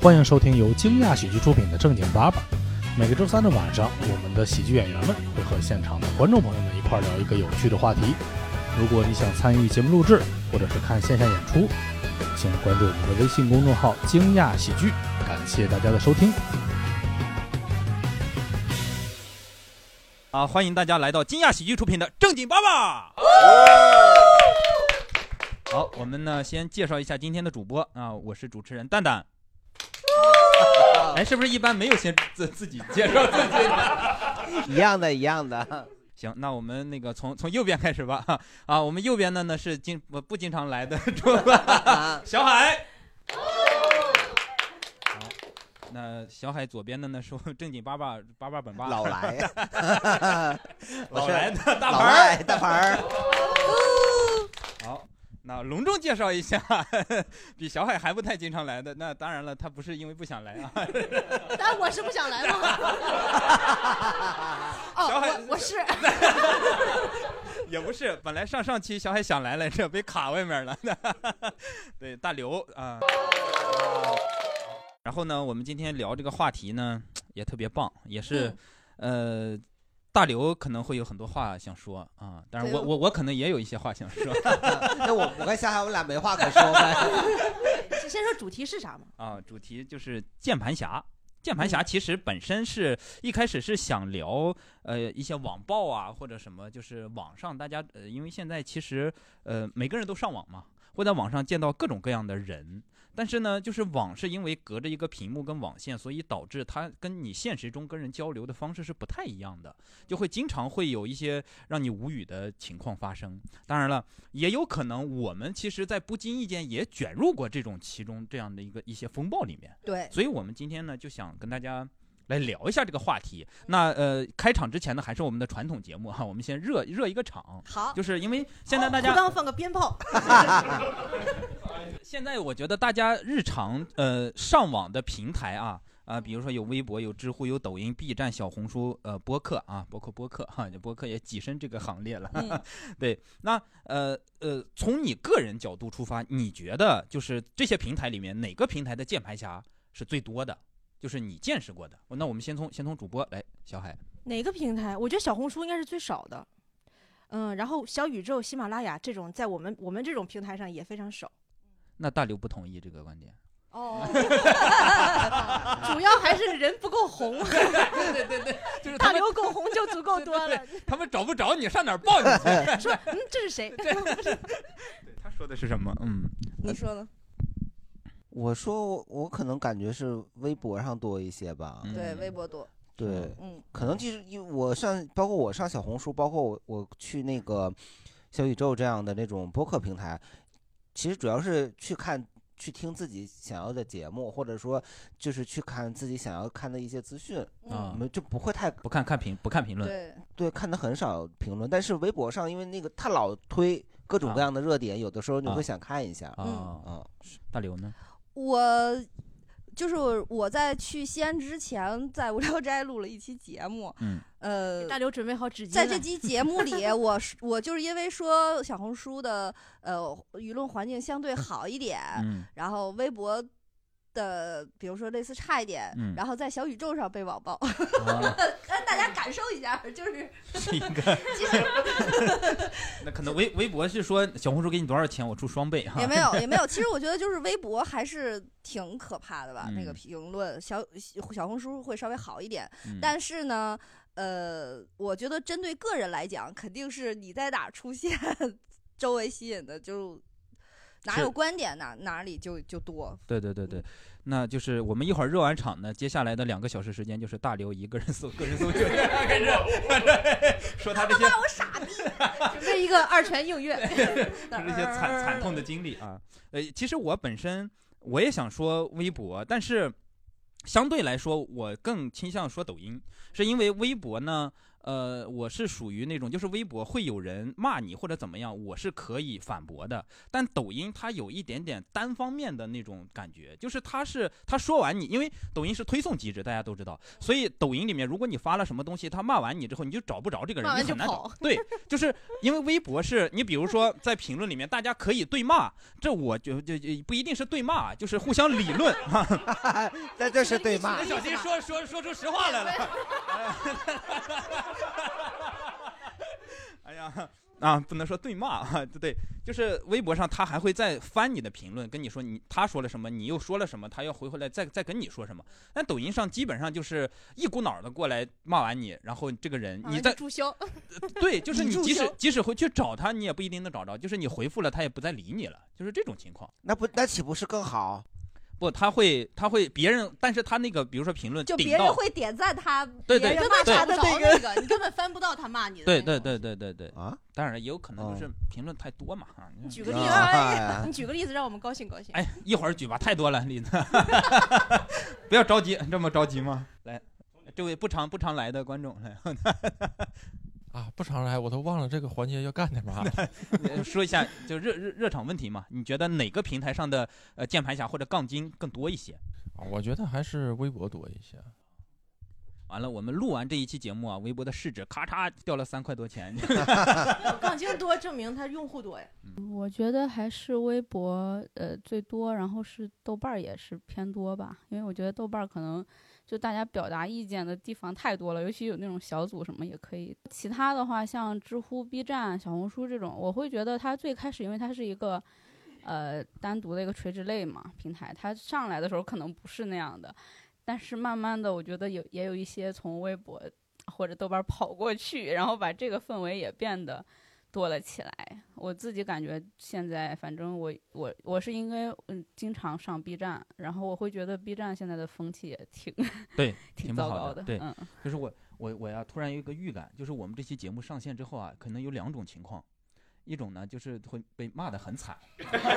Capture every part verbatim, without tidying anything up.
欢迎收听由惊讶喜剧出品的正经八百。每个周三的晚上，我们的喜剧演员们会和现场的观众朋友们一块聊一个有趣的话题。如果你想参与节目录制，或者是看线下演出，请关注我们的微信公众号惊讶喜剧。感谢大家的收听。 啊，欢迎大家来到惊讶喜剧出品的正经八百。好，我们呢先介绍一下今天的主播啊，我是主持人蛋蛋。哎，是不是一般没有先自自己介绍自己的？ 一样的，一样的。 行，那我们那个从从右边开始吧。啊，我们右边的呢是经不不经常来的主播小海。那小海左边的呢是正经八八八八本八老来， 老来的大老牌来大牌。 好。那隆重介绍一下，比小海还不太经常来的，那当然了，他不是因为不想来啊。 但我是不想来吗？哦， 小海我我是， 也不是，本来上上期小海想来来着，被卡外面了。对，大刘啊。然后呢，我们今天聊这个话题呢，也特别棒，也是，嗯、呃。大刘可能会有很多话想说啊，当然我我我可能也有一些话想说。 那我我跟夏海我俩没话可说呗。 先说主题是啥嘛？ 啊，主题就是键盘侠。键盘侠其实本身是一开始是想聊呃一些网暴啊或者什么，就是网上大家呃因为现在其实呃每个人都上网嘛，会在网上见到各种各样的人。但是呢，就是网是因为隔着一个屏幕跟网线，所以导致它跟你现实中跟人交流的方式是不太一样的，就会经常会有一些让你无语的情况发生。当然了，也有可能我们其实在不经意间也卷入过这种其中这样的一个一些风暴里面。 对， 所以我们今天呢就想跟大家来聊一下这个话题。那呃，开场之前呢，还是我们的传统节目哈，我们先热热一个场。 好， 就是因为现在大家裤裆放个鞭炮。 现在我觉得大家日常呃上网的平台啊啊、呃，比如说有微博、有知乎、有抖音、B 站、小红书、呃播客啊，包括播客哈，播客也跻身这个行列了。嗯、对，那呃呃，从你个人角度出发，你觉得就是这些平台里面哪个平台的键盘侠是最多的？就是你见识过的。那我们先从先从主播来，小海。 哪个平台？我觉得小红书应该是最少的。嗯，然后小宇宙、喜马拉雅这种在我们我们这种平台上也非常少。 那大刘不同意这个观点。 哦，主要还是人不够红。 对对对对，就是大刘够红就足够多了。 对对对，他们找不着你，上哪儿报你去？ 说，嗯，这是谁？ 对，他说的是什么？嗯， 你说呢？ 我说我我可能感觉是微博上多一些吧。 嗯、对，微博多。 对，嗯，可能就是因为我上，包括我上小红书，包括我我去那个小宇宙这样的那种播客平台。其实主要是去看、去听自己想要的节目，或者说就是去看自己想要看的一些资讯啊，嗯、就不会太不看看评不看评论， 对对，看的很少评论。但是微博上，因为那个他老推各种各样的热点，啊、有的时候你会想看一下。 啊啊，嗯、大刘呢？ 我就是我在去西安之前，在无聊斋录了一期节目。嗯，呃， 大刘准备好纸巾。 在这期节目里，我我就是因为说小红书的呃舆论环境相对好一点，嗯、然后微博的比如说类似差一点，嗯、然后在小宇宙上被网暴，让、啊、大家感受一下，就是是一个。其实那可能微微博是说小红书给你多少钱，我出双倍哈。 也没有也没有，其实我觉得就是微博还是挺可怕的吧，嗯、那个评论小小红书会稍微好一点，嗯、但是呢，呃，我觉得针对个人来讲，肯定是你在哪出现，周围吸引的就。哪有观点哪哪里就就多。 对对对对，那就是我们一会儿热完场呢，接下来的两个小时时间就是大刘一个人搜个人搜剧，开始说他这些。 他我傻逼， 准备一个二泉映月， 这些惨惨痛的经历啊。呃，其实我本身我也想说微博，但是相对来说我更倾向说抖音，是因为微博呢。 呃，我是属于那种，就是微博会有人骂你或者怎么样，我是可以反驳的。但抖音它有一点点单方面的那种感觉，就是它是他说完你，因为抖音是推送机制，大家都知道，所以抖音里面如果你发了什么东西，他骂完你之后，你就找不着这个人，你很难找。对，就是因为微博是你比如说在评论里面，大家可以对骂，这我就就就不一定是对骂，就是互相理论。 那这是对骂。 小心说说说出实话来了。哎呀啊，不能说对骂啊，对对，就是微博上他还会再翻你的评论，跟你说你他说了什么，你又说了什么，他要回回来再再跟你说什么。但抖音上基本上就是一股脑的过来骂完你，然后这个人你在注销， 对，就是你即使即使回去找他，你也不一定能找着，就是你回复了他也不再理你了，就是这种情况。 那不那岂不是更好？ 不，他会，他会别人，但是他那个，比如说评论， 就别人会点赞他， 对对， 别人骂他的那个，那个你根本翻不到他骂你的。 对对对对对对啊！ 当然也有可能就是评论太多嘛。啊， 你举个例子，哎，你举个例子让我们高兴高兴。 哎，一会儿举吧，太多了例子，不要着急，这么着急吗？来，这位不常不常来的观众来。 啊，不常来，我都忘了这个环节要干点嘛。 说一下，就热热热场问题嘛？你觉得哪个平台上的呃键盘侠或者杠精更多一些？ 啊，我觉得还是微博多一些。 完了，我们录完这一期节目啊，微博的市值咔嚓掉了三块多钱。 杠精多，证明他用户多呀。 我觉得还是微博呃最多，然后是豆瓣也是偏多吧，因为我觉得豆瓣可能就大家表达意见的地方太多了，尤其有那种小组什么也可以。其他的话，像知乎、B 站、小红书这种，我会觉得它最开始，因为它是一个呃单独的一个垂直类嘛平台，它上来的时候可能不是那样的。但是慢慢的，我觉得有也有一些从微博或者豆瓣跑过去，然后把这个氛围也变得多了起来。我自己感觉现在，反正我我我是因为嗯经常上 B 站，然后我会觉得 B 站现在的风气也挺对挺糟糕的。对， 嗯， 就是我我我呀，突然有一个预感，就是我们这期节目上线之后啊，可能有两种情况。一种呢，就是会被骂得很惨；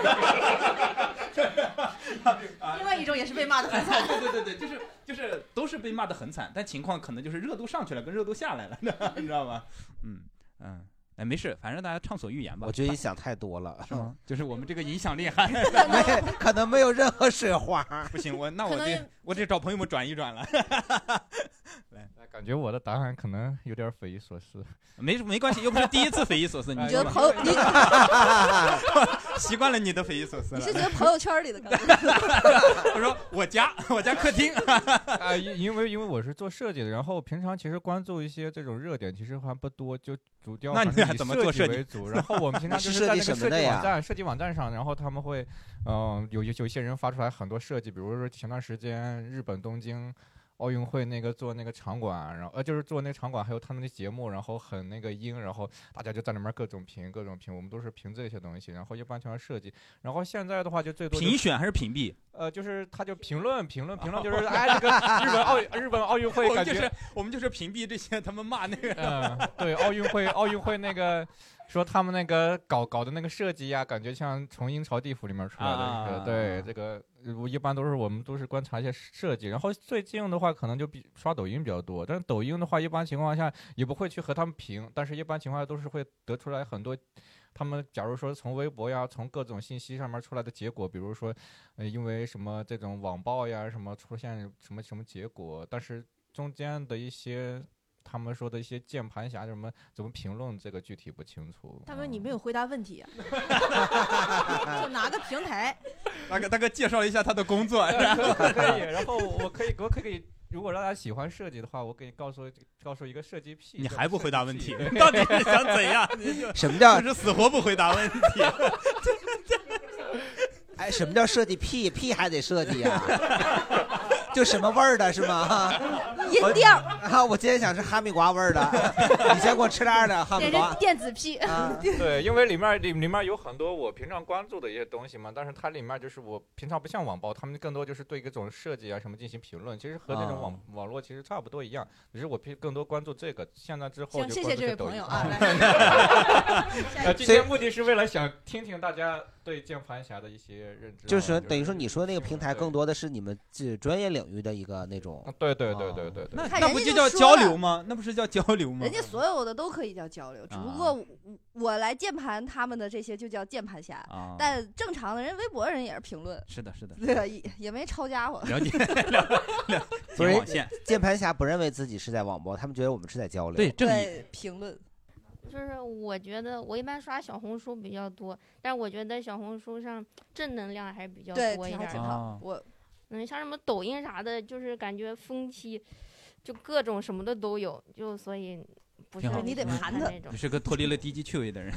另外一种也是被骂得很惨。 对对对对，就是就是都是被骂得很惨，但情况可能就是热度上去了，跟热度下来了，你知道吗？嗯嗯，哎，没事，反正大家畅所欲言吧。 我觉得你想太多了， 是吗？就是我们这个影响力还没可能没有任何水花。 不行，我那我得我得找朋友们转一转了。 来，感觉我的答案可能有点匪夷所思。 没没关系，又不是第一次匪夷所思。你觉得朋友你习惯了你的匪夷所思了。 你是觉得朋友圈里的感觉？ 我说我家我家客厅啊，因因为因为我是做设计的，然后平常其实关注一些这种热点，其实还不多，就主调那你还怎么做设计为主。然后我们平常就是在那个设计网站、设计网站上，然后他们会，嗯、呃，有有一些人发出来很多设计，比如说前段时间日本东京奥运会那个做那个场馆，然后呃就是做那个场馆，还有他们的节目，然后很那个英，然后大家就在那边各种评各种评，我们都是评这些东西，然后一般全是设计。然后现在的话就最多、就是、 评选还是屏蔽？ 呃，就是他就评论评论评论，就是哎这个日本奥日本奥运会感觉我们就是我们就是屏蔽这些他们骂那个， 嗯，对奥运会奥运会那个。说他们那个搞搞的那个设计呀、啊，感觉像从阴曹地府里面出来的。啊、对，这个我一般都是我们都是观察一些设计。然后最近的话，可能就比刷抖音比较多。但是抖音的话，一般情况下也不会去和他们评，但是一般情况下都是会得出来很多。他们假如说从微博呀，从各种信息上面出来的结果，比如说，呃，因为什么这种网暴呀，什么出现什么什么结果，但是中间的一些。他们说的一些键盘侠什么怎么评论这个具体不清楚。 大哥，你没有回答问题啊！就拿个平台， 大哥大哥介绍一下他的工作， 然后可以，然后我可以我可以，如果让大家喜欢设计的话，我可以告诉告诉一个设计癖。 你还不回答问题？到底是想怎样？ 什么叫就是死活不回答问题？ 哎，什么叫设计屁？屁还得设计呀、啊？就什么味儿的是吗？ 音调啊！我今天想吃哈密瓜味儿的，你先给我吃点的哈密瓜。 电子屁啊！ 对，因为里面里里面有很多我平常关注的一些东西嘛，但是它里面就是我平常不像网暴，他们更多就是对各种设计啊什么进行评论，其实和那种网、啊、网络其实差不多一样，只是我更多关注这个。现在之后就谢谢这位朋友啊！ 呃，今天目的是为了想听听大家对键盘侠的一些认知， 就是等于说你说那个平台更多的是你们这专业领域的一个那种。 对对对对对对对。 那那不就叫交流吗？那不是叫交流吗？ 人家所有的都可以叫交流，只不过我我来键盘他们的这些就叫键盘侠， 啊、 但正常的人微博人也是评论。 是的，是的， 对，也也没抄家伙。 了解，了解。 不是键盘侠不认为自己是在网播，他们觉得我们是在交流。 对，正义评论。 就是我觉得我一般刷小红书比较多，但我觉得小红书上正能量还是比较多一点的。 啊、我嗯，像什么抖音啥的，就是感觉风气就各种什么的都有，就所以不是你得盘它那种。 你是个脱离了低级趣味的人。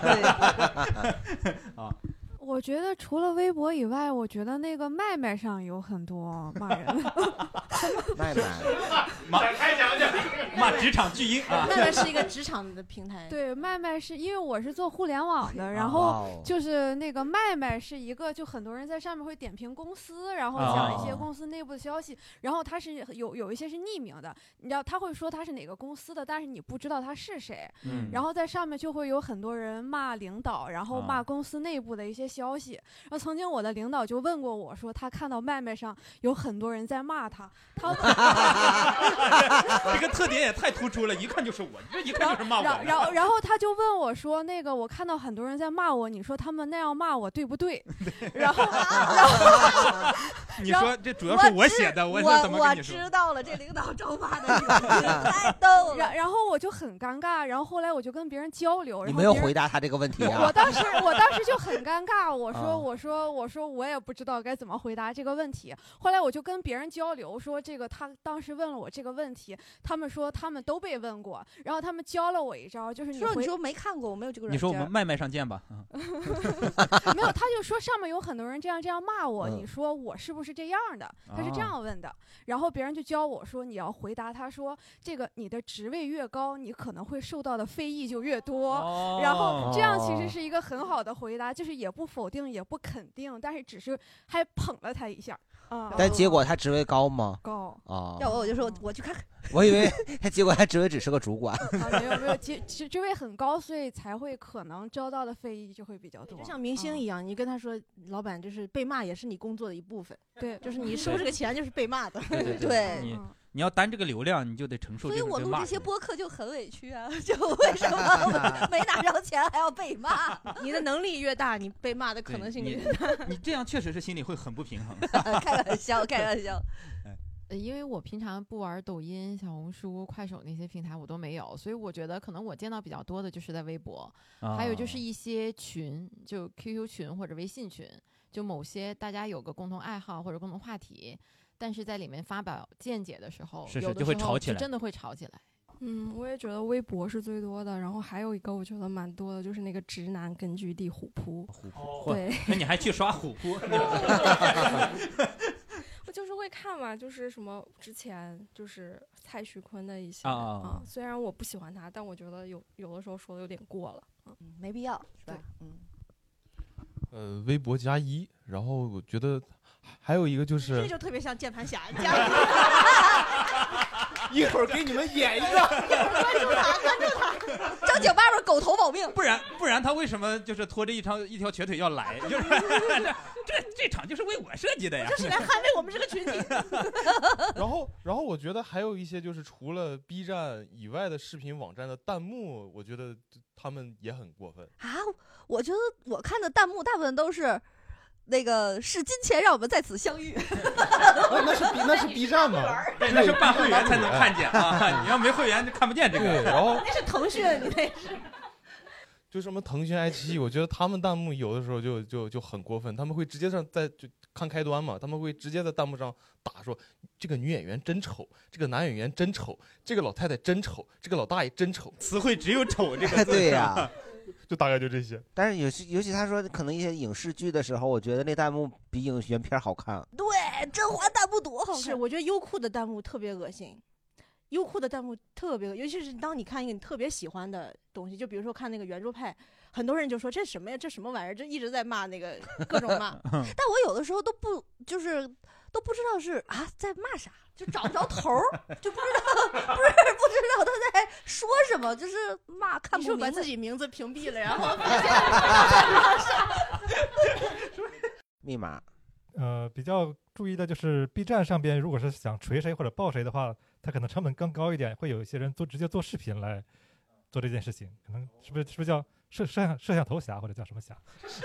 啊。 我觉得除了微博以外，我觉得那个麦麦上有很多骂人的。 麦麦， 骂开讲讲，骂职场巨婴啊！ 麦麦是一个职场的平台。 对，麦麦是因为我是做互联网的，然后就是那个麦麦是一个，就很多人在上面会点评公司，然后讲一些公司内部的消息，然后他是有有一些是匿名的，你知道他会说他是哪个公司的，但是你不知道他是谁。嗯。然后在上面就会有很多人骂领导，然后骂公司内部的一些消息。然后曾经我的领导就问过我说，他看到麦麦上有很多人在骂他，他这个特点也太突出了，一看就是我，这一看就是骂我。 然后然后他就问我说，那个我看到很多人在骂我，你说他们那样骂我对不对？然后然后你说这主要是我写的， 我我怎么跟你说？ 我知道了，这领导招骂的原因太逗了。 然然后我就很尴尬，然后后来我就跟别人交流， 你没有回答他这个问题啊？ 我当时我当时就很尴尬，我说。我说我说我也不知道该怎么回答这个问题。后来我就跟别人交流说，这个他当时问了我这个问题，他们说他们都被问过，然后他们教了我一招，就是你说你说没看过，我没有这个软件。 你说我们麦麦上见吧。 没有，他就说上面有很多人这样这样骂我， 嗯、 你说我是不是这样的？他是这样问的，哦、然后别人就教我说你要回答他说，这个你的职位越高，你可能会受到的非议就越多。 哦、 然后这样其实是一个很好的回答，就是也不否定也不肯定，但是只是还捧了他一下啊。 但结果他职位高吗？ 高啊。 要我我就说我去看看。 我以为他结果他职位只是个主管。 啊，没有没有，职职职位很高，所以才会可能招到的非议就会比较多。 就像明星一样，嗯、你跟他说，老板就是被骂也是你工作的一部分。 对， 就是你收这个钱就是被骂的。 对对对。 对你你要担这个流量，你就得承受这个。 所以我录这些播客就很委屈啊，就为什么没拿着钱还要被骂？ 你的能力越大，你被骂的可能性越大。 你这样确实是心里会很不平衡。 开玩笑，开玩笑。 呃，因为我平常不玩抖音、小红书、快手那些平台，我都没有，所以我觉得可能我见到比较多的就是在微博， 哦、 还有就是一些群，就 Q Q 群或者微信群，就某些大家有个共同爱好或者共同话题，但是在里面发表见解的时候， 是是有的时候就真的会吵起来。 嗯，我也觉得微博是最多的，然后还有一个我觉得蛮多的，就是那个直男根据地虎扑。 虎扑， 对， 那你还去刷虎扑？ 我就是会看嘛，就是什么之前就是蔡徐坤的一些啊、 嗯，虽然我不喜欢他，但我觉得有有的时候说的有点过了，嗯， 没必要，是吧？ 嗯。 呃，微博加一，然后我觉得还有一个就是， 这就特别像键盘侠， 一会儿给你们演一个， 关注他，关注他， 正经八百狗头保命， 不然不然他为什么就是拖着一条一条瘸腿要来？就是这这这场就是为我设计的呀， 就是来捍卫我们这个群体。 然后然后我觉得还有一些就是除了 B 站以外的视频网站的弹幕，我觉得他们也很过分啊。我觉得我看的弹幕大部分都是那个是金钱让我们在此相遇。 那是 B 那是 B 站吗？ 对，那是办会员才能看见啊！你要没会员就看不见这个。 然后那是腾讯，你那是。 就什么腾讯、爱奇艺，我觉得他们弹幕有的时候就就就很过分，他们会直接上在就看开端嘛，他们会直接在弹幕上打说这个女演员真丑，这个男演员真丑，这个老太太真丑，这个老大爷真丑， 词汇只有丑这个字。 对呀、啊。 就大概就这些， 但是尤其尤其他说可能一些影视剧的时候，我觉得那弹幕比影原片好看。 对，甄嬛弹幕多好看。 是，我觉得优酷的弹幕特别恶心，优酷的弹幕特别，尤其是当你看一个你特别喜欢的东西，就比如说看那个圆桌派，很多人就说这什么呀，这什么玩意儿，这一直在骂那个各种骂。 但我有的时候都不就是都不知道是啊在骂啥，就找不着头儿，就不知道不是不知道他在说什么，就是骂看不明白。 你是不是把自己名字屏蔽了，然后密码呃，比较注意的就是 B 站上边，如果是想锤谁或者爆谁的话，它可能成本更高一点，会有一些人做直接做视频来做这件事情，可能是不是是不是叫摄摄像摄像头侠或者叫什么侠？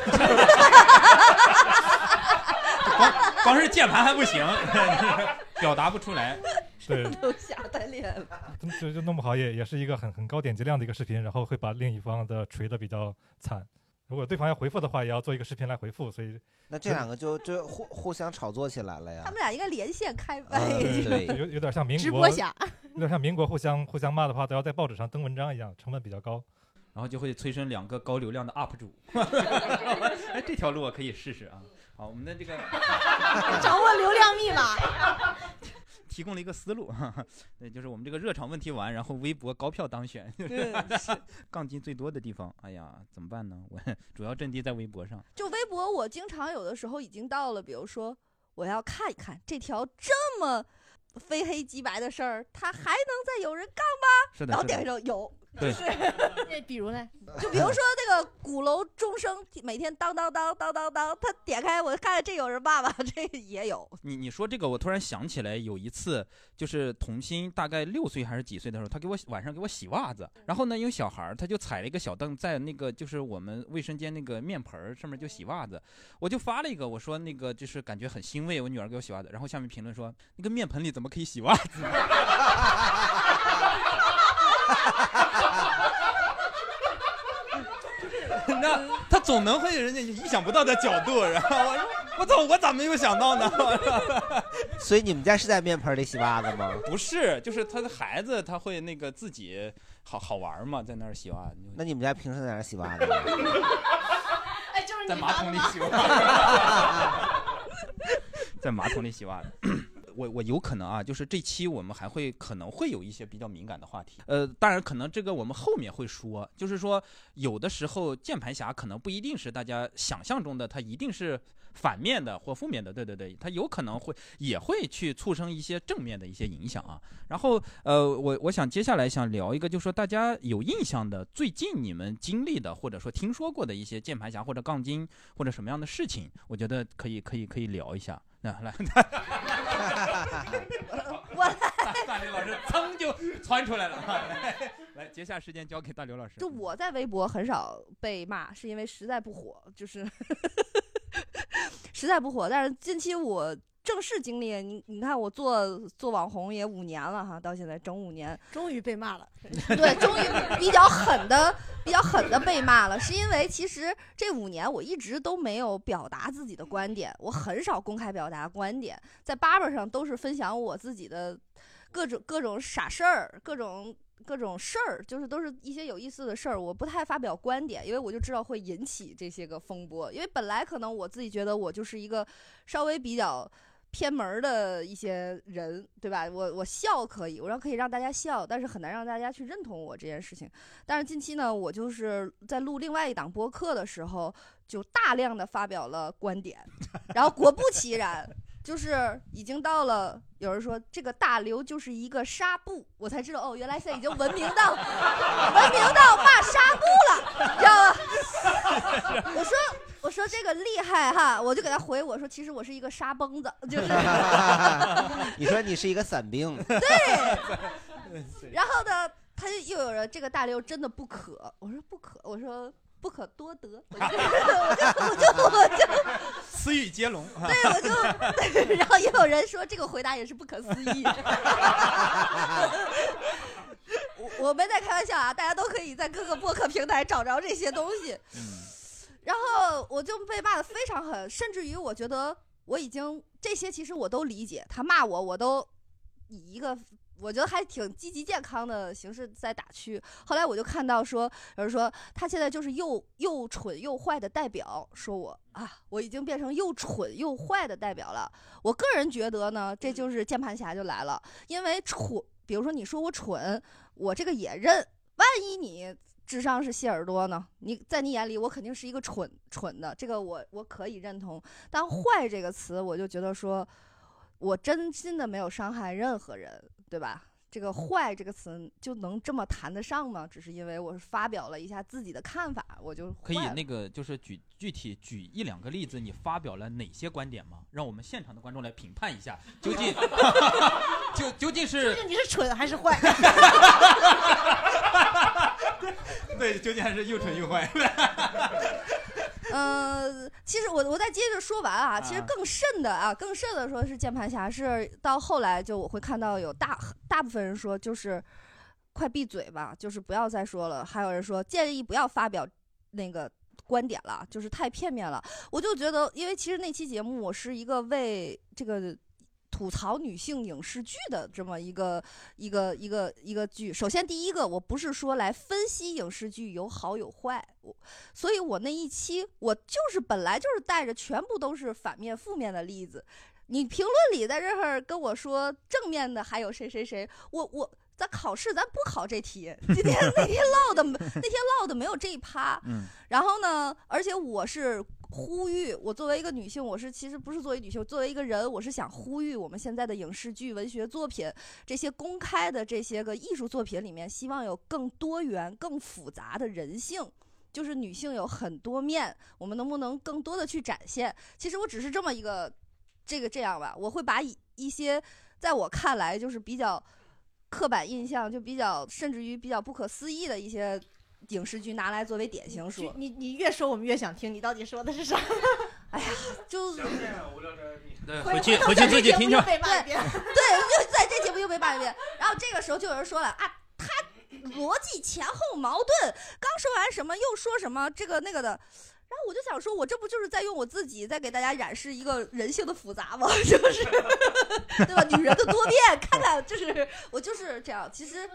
光光是键盘还不行，表达不出来。 对， 都吓呆脸了。 就就弄不好也也是一个很很高点击量的一个视频，然后会把另一方的锤的比较惨。如果对方要回复的话，也要做一个视频来回复，所以那这两个就就互互相炒作起来了呀。 他们俩应该连线开麦， 嗯、对， 有有点像民国直播侠， 有点像民国互相互相骂的话，都要在报纸上登文章一样，成本比较高。 然后就会催生两个高流量的 U P 主。哎，这条路我可以试试啊。好，我们的这个掌握流量密码。 提供了一个思路，对，就是我们这个热场问题完，然后微博高票当选，杠精最多的地方，哎呀，怎么办呢？我主要阵地在微博上。 就微博，我经常有的时候已经到了，比如说我要看一看这条这么非黑即白的事儿，它还能再有人杠吗？ 是的， 然后点开之后有。 对， 那比如呢？ 就比如说那个鼓楼钟声每天当当当当当当，他点开我看这有人骂吗？这也有。 你你说这个，我突然想起来，有一次就是童心大概六岁还是几岁的时候，他给我晚上给我洗袜子，然后呢有小孩他就踩了一个小凳在那个就是我们卫生间那个面盆上面就洗袜子，我就发了一个我说那个就是感觉很欣慰，我女儿给我洗袜子，然后下面评论说那个面盆里怎么可以洗袜子？那他总能会有人家意想不到的角度，然后我说我操，我咋没有想到呢？ 所以你们家是在面盆里洗袜子吗？ 不是，就是他的孩子他会那个自己好好玩嘛，在那儿洗袜子。 那你们家平时在哪儿洗袜子？ 哎，就是在马桶里洗袜子，在马桶里洗袜子。我我有可能啊，就是这期我们还会可能会有一些比较敏感的话题，呃，当然可能这个我们后面会说，就是说有的时候键盘侠可能不一定是大家想象中的，他一定是反面的或负面的，对对对，他有可能会也会去促成一些正面的一些影响啊。然后呃，我我想接下来想聊一个，就是说大家有印象的，最近你们经历的或者说听说过的一些键盘侠或者杠精或者什么样的事情，我觉得可以可以可以聊一下。那来， 我来， 大刘老师噌就窜出来了。来，来，接下时间交给大刘老师。 就我在微博很少被骂，是因为实在不火，就是实在不火。但是近期我正式经历，你你看我做做网红也五年了哈，到现在整五年， 终于被骂了。 对，终于比较狠的、比较狠的被骂了，是因为其实这五年我一直都没有表达自己的观点，我很少公开表达观点，在叭叭上都是分享我自己的各种各种傻事儿，各种。各种事儿，就是都是一些有意思的事儿，我不太发表观点，因为我就知道会引起这些个风波。因为本来可能我自己觉得我就是一个稍微比较偏门的一些人，对吧？我我笑可以，我让可以让大家笑，但是很难让大家去认同我这件事情。但是近期呢，我就是在录另外一档播客的时候，就大量的发表了观点，然后果不其然。就是已经到了，有人说这个大刘就是一个纱布，我才知道哦，原来现在已经文明到文明到骂纱布了，你知道吗？我说我说这个厉害哈，我就给他回我说，其实我是一个纱崩子，就是。 你说你是一个伞兵。 对。然后呢，他又有人这个大刘真的不可，我说不可，我说。不可多得，我就我就我就我就词语接龙， 对，我就，然后也有人说这个回答也是不可思议。我我没在开玩笑啊，大家都可以在各个播客平台找着这些东西。然后我就被骂得非常狠，甚至于我觉得我已经这些其实我都理解，他骂我我都以一个。我觉得还挺积极健康的形式在打趣。后来我就看到说，有人说他现在就是又又蠢又坏的代表，说我啊，我已经变成又蠢又坏的代表了。我个人觉得呢，这就是键盘侠就来了，因为蠢，比如说你说我蠢，我这个也认。万一你智商是谢耳朵呢？你在你眼里我肯定是一个蠢蠢的，这个我我可以认同。但坏这个词，我就觉得说。我真心的没有伤害任何人，对吧？ 这个坏这个词就能这么谈得上吗？只是因为我发表了一下自己的看法，我就可以那个就是举具体举一两个例子，你发表了哪些观点吗？让我们现场的观众来评判一下，究竟究究竟是究竟你是蠢还是坏？ 对，究竟还是又蠢又坏。 呃，其实我我再接着说完啊，其实更甚的啊，更甚的说是键盘侠，是到后来就我会看到有大大部分人说就是快闭嘴吧，就是不要再说了，还有人说建议不要发表那个观点了，就是太片面了。我就觉得，因为其实那期节目我是一个为这个吐槽女性影视剧的这么一个一个一个一个剧。首先第一个，我不是说来分析影视剧有好有坏，我所以我那一期我就是本来就是带着全部都是反面负面的例子。你评论里在这儿跟我说正面的还有谁谁谁，我我咱考试咱不考这题，今天那天唠的那天唠的没有这一趴。 嗯， 然后呢，而且我是呼吁，我作为一个女性，我是其实不是作为女性，作为一个人，我是想呼吁我们现在的影视剧、文学作品这些公开的这些个艺术作品里面，希望有更多元、更复杂的人性。就是女性有很多面，我们能不能更多的去展现？其实我只是这么一个，这个这样吧，我会把一些在我看来就是比较刻板印象，就比较甚至于比较不可思议的一些影视剧拿来作为典型说。 你你越说我们越想听，你到底说的是啥？ 哎呀，就对，回去回去自己听听。 对对，就在这节目又被骂一遍。然后这个时候就有人说了啊，他逻辑前后矛盾，刚说完什么又说什么这个那个的。然后我就想说，我这不就是在用我自己在给大家展示一个人性的复杂吗？就是对吧？女人的多变，看看，就是我就是这样。其实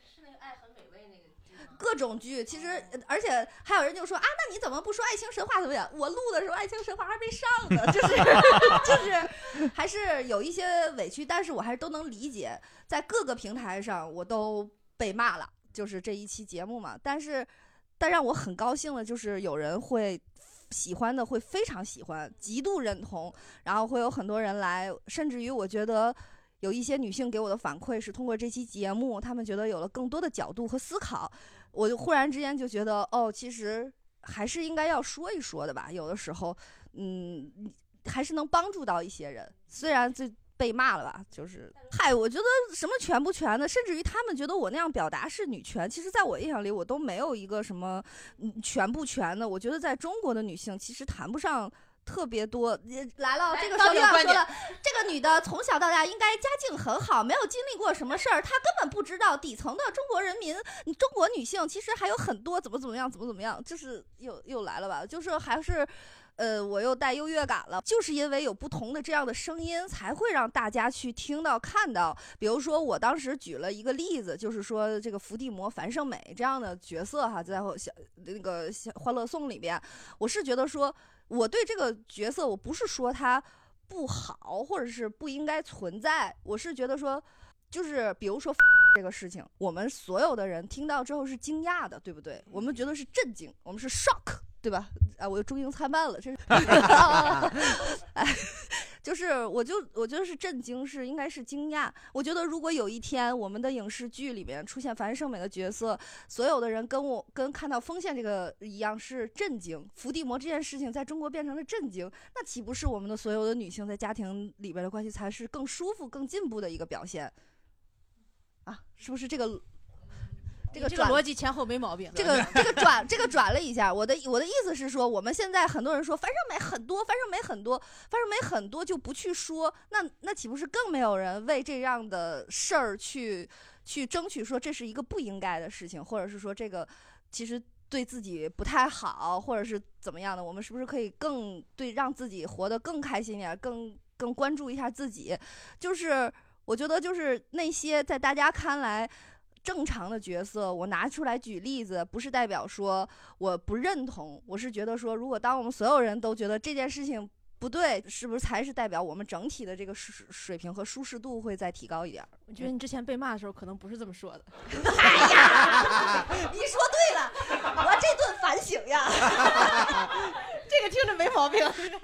各种剧，其实而且还有人就说啊，那你怎么不说《爱情神话》怎么样？我录的时候《爱情神话》还没上呢，就是就是还是有一些委屈，但是我还是都能理解，在各个平台上我都被骂了，就是这一期节目嘛。但是但让我很高兴的就是有人会喜欢的，会非常喜欢，极度认同，然后会有很多人来，甚至于我觉得有一些女性给我的反馈是通过这期节目，她们觉得有了更多的角度和思考，我就忽然之间就觉得哦，其实还是应该要说一说的吧，有的时候嗯还是能帮助到一些人，虽然这被骂了吧，就是嗨，我觉得什么全不全的，甚至于他们觉得我那样表达是女权，其实在我印象里我都没有一个什么全不全的。我觉得在中国的女性其实谈不上特别多。来了，这个时候又要说了，这个女的从小到大应该家境很好，没有经历过什么事儿，她根本不知道底层的中国人民，中国女性其实还有很多怎么怎么样，怎么怎么样，就是又又来了吧，就是还是。呃，我又带优越感了，就是因为有不同的这样的声音，才会让大家去听到、看到。比如说，我当时举了一个例子，就是说这个伏地魔、樊胜美这样的角色哈，在小那个《欢乐颂》里边，我是觉得说，我对这个角色，我不是说他不好，或者是不应该存在，我是觉得说，就是比如说这个事情，我们所有的人听到之后是惊讶的，对不对？我们觉得是震惊，我们是 shock。对吧？啊，我又中英参半了，这是，哎，就是我就我觉得是震惊，是应该是惊讶。我觉得如果有一天我们的影视剧里面出现樊胜美的角色，所有的人跟我跟看到锋线这个一样是震惊，伏地魔这件事情在中国变成了震惊，那岂不是我们的所有的女性在家庭里边的关系才是更舒服、更进步的一个表现？啊，是不是这个？这个这个逻辑前后没毛病。 这个这个转这个转了一下，我的我的意思是说，我们现在很多人说樊胜美很多，樊胜美很多，樊胜美很多就不去说，那那岂不是更没有人为这样的事儿去去争取说这是一个不应该的事情，或者是说这个其实对自己不太好，或者是怎么样的？我们是不是可以更对让自己活得更开心一点，更更关注一下自己？就是我觉得就是那些在大家看来正常的角色，我拿出来举例子，不是代表说我不认同，我是觉得说，如果当我们所有人都觉得这件事情不对，是不是才是代表我们整体的这个水平和舒适度会再提高一点？ 我觉得你之前被骂的时候可能不是这么说的。 哎呀，你说对了，我这顿反省呀， 这个听着没毛病。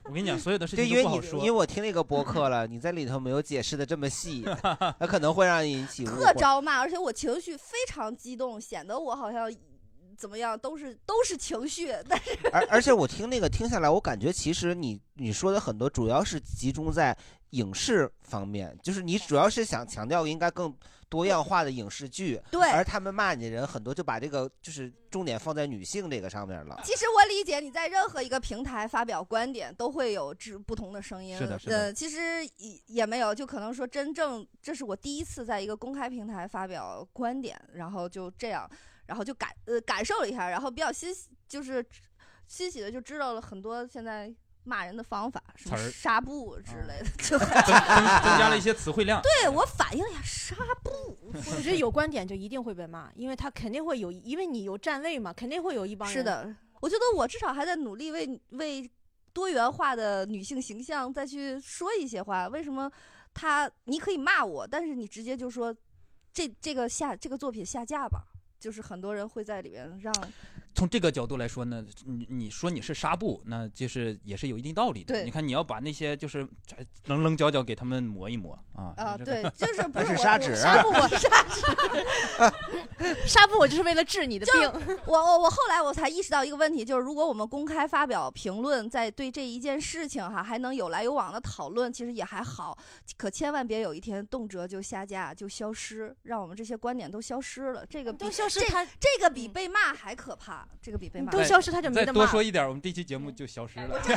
我跟你讲，所有的事对， 情因为你都不好说。 因为我听那个播客了，你在里头没有解释的这么细，那可能会让人引起误会。 特招骂，而且我情绪非常激动，显得我好像怎么样，都是都是情绪。但是而而且我听那个听下来，我感觉其实你你说的很多主要是集中在影视方面，就是你主要是想强调应该更多样化的影视剧， 对， 而他们骂你的人很多就把这个就是重点放在女性这个上面了。 其实我理解你在任何一个平台发表观点都会有不不同的声音， 是的是的呃，其实也也没有，就可能说真正这是我第一次在一个公开平台发表观点，然后就这样，然后就感呃感受了一下，然后比较欣喜，就是欣喜的就知道了很多现在骂人的方法，什么词儿纱布之类的，就增增增加了一些词汇量。 对我反应了一下纱布， 我觉得有观点就一定会被骂，因为他肯定会有，因为你有站位嘛，肯定会有一帮人。 是的，我觉得我至少还在努力为为多元化的女性形象再去说一些话。为什么他你可以骂我，但是你直接就说这这个下这个作品下架吧，就是很多人会在里面让。 从这个角度来说呢，你你说你是纱布，那就是也是有一定道理的。 对， 你看你要把那些就是棱棱角角给他们磨一磨啊。 啊， 这个、 对，就是不是是砂纸， 纱布我砂纸，纱布我就是为了治你的病。 我我我后来我才意识到一个问题，就是如果我们公开发表评论，在对这一件事情哈还能有来有往的讨论，其实也还好。可千万别有一天动辄就下架就消失，让我们这些观点都消失了。这个比都消失这它这个比被骂还可怕。这个比被骂都消失，他就没得骂。 再多说一点，我们这期节目就消失了。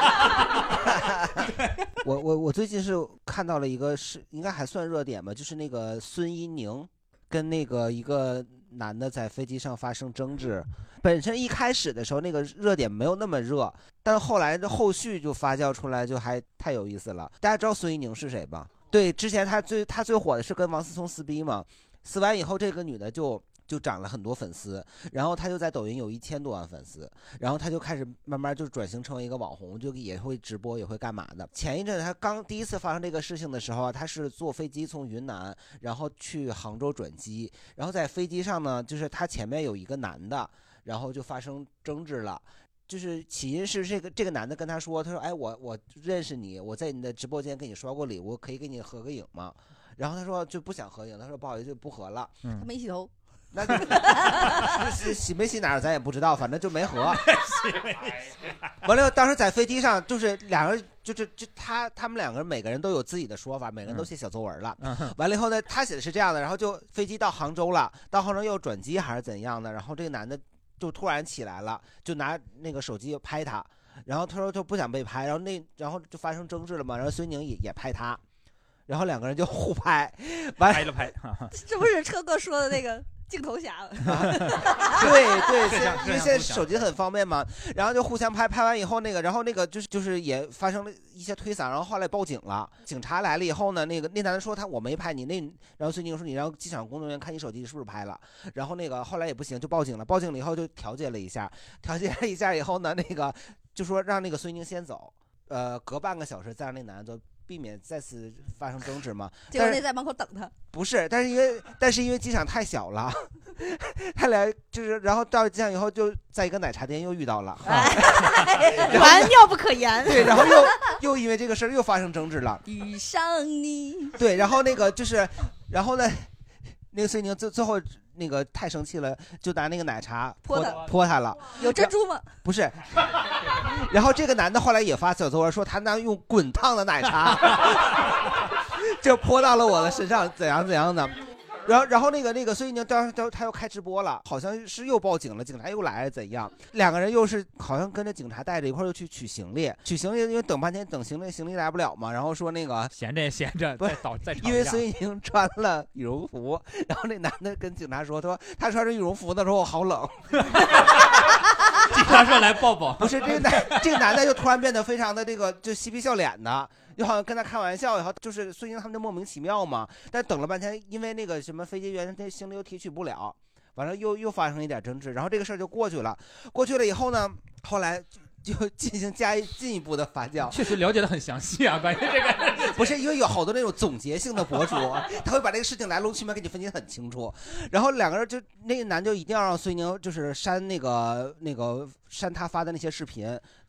我我我最近是看到了一个是应该还算热点吧，就是那个孙一宁跟那个一个男的在飞机上发生争执。本身一开始的时候那个热点没有那么热，但是后来的后续就发酵出来，就还太有意思了。大家知道孙一宁是谁吧？对，之前他最他最火的是跟王思聪撕逼嘛，撕完以后这个女的就。就涨了很多粉丝，然后他就在抖音有一千多万粉丝，然后他就开始慢慢就转型成为一个网红，就也会直播，也会干嘛的。前一阵他刚第一次发生这个事情的时候，他是坐飞机从云南，然后去杭州转机，然后在飞机上呢，就是他前面有一个男的，然后就发生争执了。就是起因是这个这个男的跟他说，他说：“哎，我我认识你，我在你的直播间给你刷过礼物，可以给你合个影吗？”然后他说就不想合影，他说不好意思，就不合了。 他没洗头。 那就洗没洗哪儿咱也不知道，反正就没合。完了，当时在飞机上，就是两个人，就是就他他们两个人每个人都有自己的说法，每个人都写小作文了。 嗯、 完了以后呢，他写的是这样的，然后就飞机到杭州了，到杭州又转机还是怎样的，然后这个男的就突然起来了，就拿那个手机拍他，然后他说就不想被拍，然后那然后就发生争执了嘛，然后孙宁也也拍他。然后两个人就互拍，完拍了拍， 这不是车哥说的那个镜头侠了？ 对对，现因为现在手机很方便嘛，然后就互相拍，拍完以后那个，然后那个就是就是也发生了一些推搡，然后后来报警了，警察来了以后呢，那个那男的说他我没拍你，那然后孙宁说你让机场工作人员看你手机是不是拍了，然后那个后来也不行就报警了，报警了以后就调解了一下，调解了一下以后呢，那个就说让那个孙宁先走，呃，隔半个小时再让那男的。避免再次发生争执嘛？ 结果那在门口等他。 不是，但是因为但是因为机场太小了，他俩就是然后到机场以后就在一个奶茶店又遇到了， 完妙不可言。 对，然后又又因为这个事儿又发生争执了。 遇上你。 对，然后那个就是，然后呢，那个孙宁最最后。那个太生气了，就拿那个奶茶泼他泼他了。 有珍珠吗？ 不是。然后这个男的后来也发小作文说他那用滚烫的奶茶就泼到了我的身上，怎样怎样的。然后，然后那个那个孙一宁当时他他又开直播了，好像是又报警了，警察又来了怎样？两个人又是好像跟着警察带着一块儿又去取行李，取行李因为等半天等行李行李来不了嘛，然后说那个闲着也闲着， 不再倒再因为孙一宁穿了羽绒服，然后那男的跟警察说，他说他穿着羽绒服的时候我好冷， 警察说来抱抱， 不是这个男这个男的就突然变得非常的这个就嬉皮笑脸的。就好像跟他开玩笑，然后就是孙一宁他们就莫名其妙嘛。但等了半天，因为那个什么飞机员那行李又提取不了，完了又又发生一点争执，然后这个事儿就过去了。过去了以后呢，后来就进行加进一步的发酵。 确实了解的很详细啊，关于这个不是因为有好多那种总结性的博主，他会把这个事情来龙去脉给你分析很清楚。然后两个人就那个男就一定要让孙一宁就是删那个那个删他发的那些视频。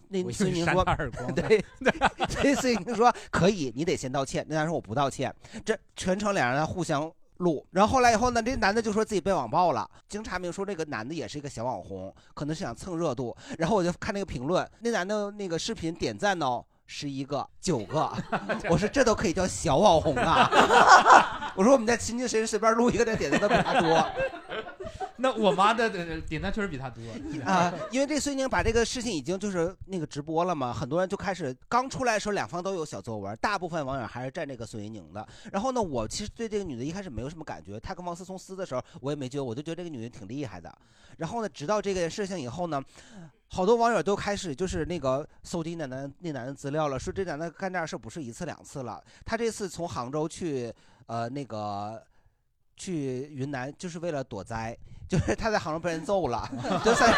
那孙宁说，对，所以孙宁说可以，你得先道歉。那男人说我不道歉，这全程两人互相录。然后后来以后呢，这男的就说自己被网暴了。经查明说这个男的也是一个小网红，可能是想蹭热度。然后我就看那个评论，那男的那个视频点赞呢十一个、九个，我说这都可以叫小网红啊！我说我们在亲近谁随便录一个，这点赞都比他多。 那我妈的点赞确实比他多啊，因为这孙宁把这个事情已经就是那个直播了嘛，很多人就开始刚出来的时候，两方都有小作文，大部分网友还是站这个孙一宁的。然后呢，我其实对这个女的一开始没有什么感觉，她跟王思聪撕的时候，我也没觉得，我就觉得这个女的挺厉害的。然后呢，直到这个事情以后呢，好多网友都开始就是那个搜集那男那男的资料了，说这男的干这样事不是一次两次了，他这次从杭州去呃那个。去云南就是为了躲灾，就是他在杭州被人揍了，就三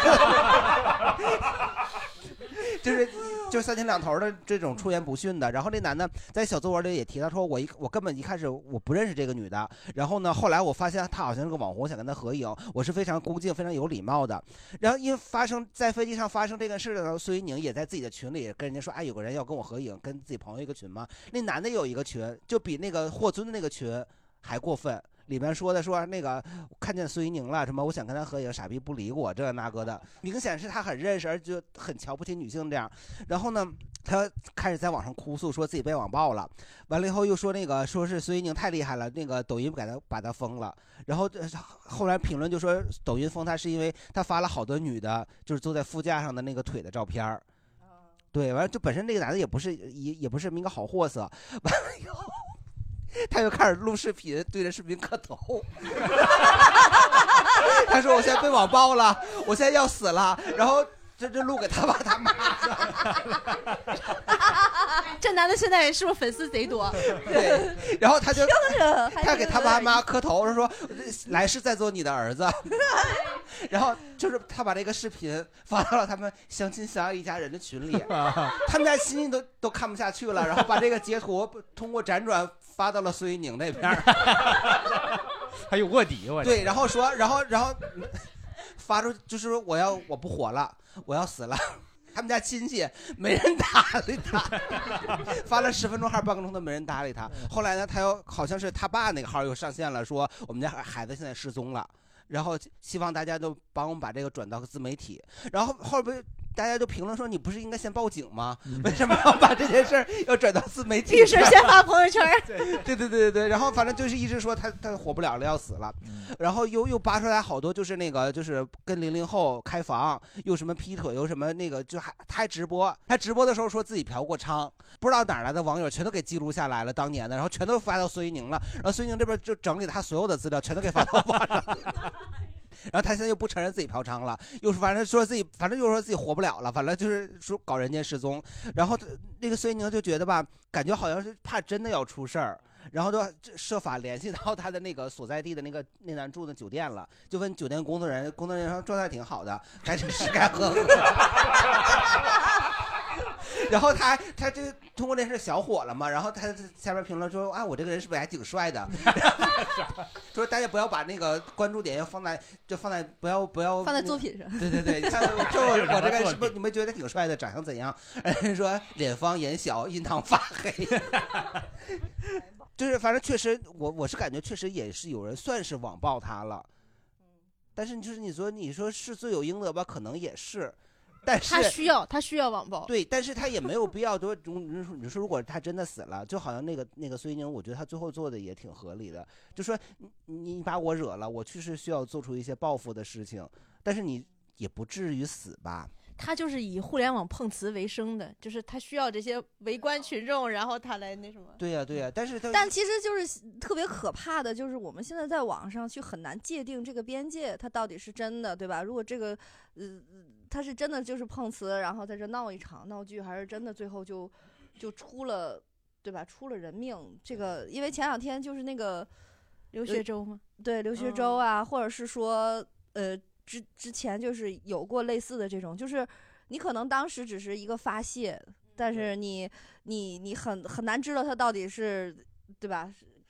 就是就是三天两头的这种出言不逊的。然后那男的在小作文里也提到说，我一我根本一开始我不认识这个女的，然后呢后来我发现她好像是个网红，想跟她合影，我是非常恭敬非常有礼貌的。然后因为发生在飞机上发生这个事的时候，孙一宁也在自己的群里跟人家说，哎，有个人要跟我合影，跟自己朋友一个群吗？那男的有一个群，就比那个霍尊的那个群还过分。里面说的说那个看见孙一宁了什么，我想跟他合影，傻逼不理我，这那个的，明显是他很认识，而且就很瞧不起女性这样。然后呢，他开始在网上哭诉，说自己被网暴了。完了以后又说那个说是孙一宁太厉害了，那个抖音给他把他封了。然后后来评论就说抖音封他是因为他发了好多女的，就是坐在副驾上的那个腿的照片儿。对，完了就本身这个男的也不是也也不是一个好货色。完了以后。他又开始录视频，对着视频磕头。他说：“我现在被网暴了，我现在要死了。”然后这这录给他爸他妈的。 这男的现在是不是粉丝贼多？ 对，然后他就他给他爸妈磕头，说：“来世再做你的儿子。”然后就是他把这个视频发到了他们相亲相爱一家人的群里，他们家亲戚都都看不下去了，然后把这个截图通过辗转发到了孙一宁那边。 还有卧底，我对，然后说，然后然后发出就是说我要我不活了，我要死了。他们家亲戚没人搭理他，发了十分钟还是半个钟都没人搭理他。后来呢，他又好像是他爸那个号又上线了，说我们家孩子现在失踪了，然后希望大家都帮我们把这个转到自媒体。然后后边大家就评论说，你不是应该先报警吗？为什么要把这件事要转到自媒体？ 律师先发朋友圈。 对对对对对，然后反正就是一直说他他活不了了，要死了，然后又又扒出来好多就是那个就是跟零零后开房，又什么劈腿，又什么那个就还他还直播，他直播的时候说自己嫖过娼，不知道哪来的网友全都给记录下来了当年的，然后全都发到孙一宁了，然后孙一宁这边就整理他所有的资料，全都给发到网上。然后他现在又不承认自己嫖娼了，又是反正说自己，反正又说自己活不了了，反正就是说搞人间失踪。然后那个孙一宁就觉得吧，感觉好像是怕真的要出事儿，然后就设法联系到他的那个所在地的那个那男住的酒店了，就问酒店工作人员，工作人员说状态挺好的，该吃吃该喝喝。然后他他就通过这事小火了嘛，然后他下面评论说啊，我这个人是不是还挺帅的？说大家不要把那个关注点要放在就放在不要不要放在作品上。 对对对，你看就我这个人是不是你们觉得挺帅的，长相怎样？人说脸方眼小，印堂发黑。就是反正确实我我是感觉确实也是有人算是网暴他了，但是就是你说你说是罪有应得吧，可能也是。但是他需要，他需要网暴。 对，但是他也没有必要说，你说你说如果他真的死了，就好像那个那个孙一宁，我觉得他最后做的也挺合理的，就说你你把我惹了，我确实需要做出一些报复的事情，但是你也不至于死吧。 他就是以互联网碰瓷为生的，就是他需要这些围观群众，然后他来那什么。 对呀、啊、对呀、啊，但是他但其实就是特别可怕的，就是我们现在在网上去很难界定这个边界，它到底是真的，对吧？如果这个呃他是真的就是碰瓷，然后在这闹一场闹剧，还是真的最后就就出了，对吧？出了人命。这个因为前两天就是那个刘学周吗？ 对，刘学周啊，嗯、或者是说呃。之之前就是有过类似的这种，就是你可能当时只是一个发泄，但是你你你很很难知道他到底是，对吧？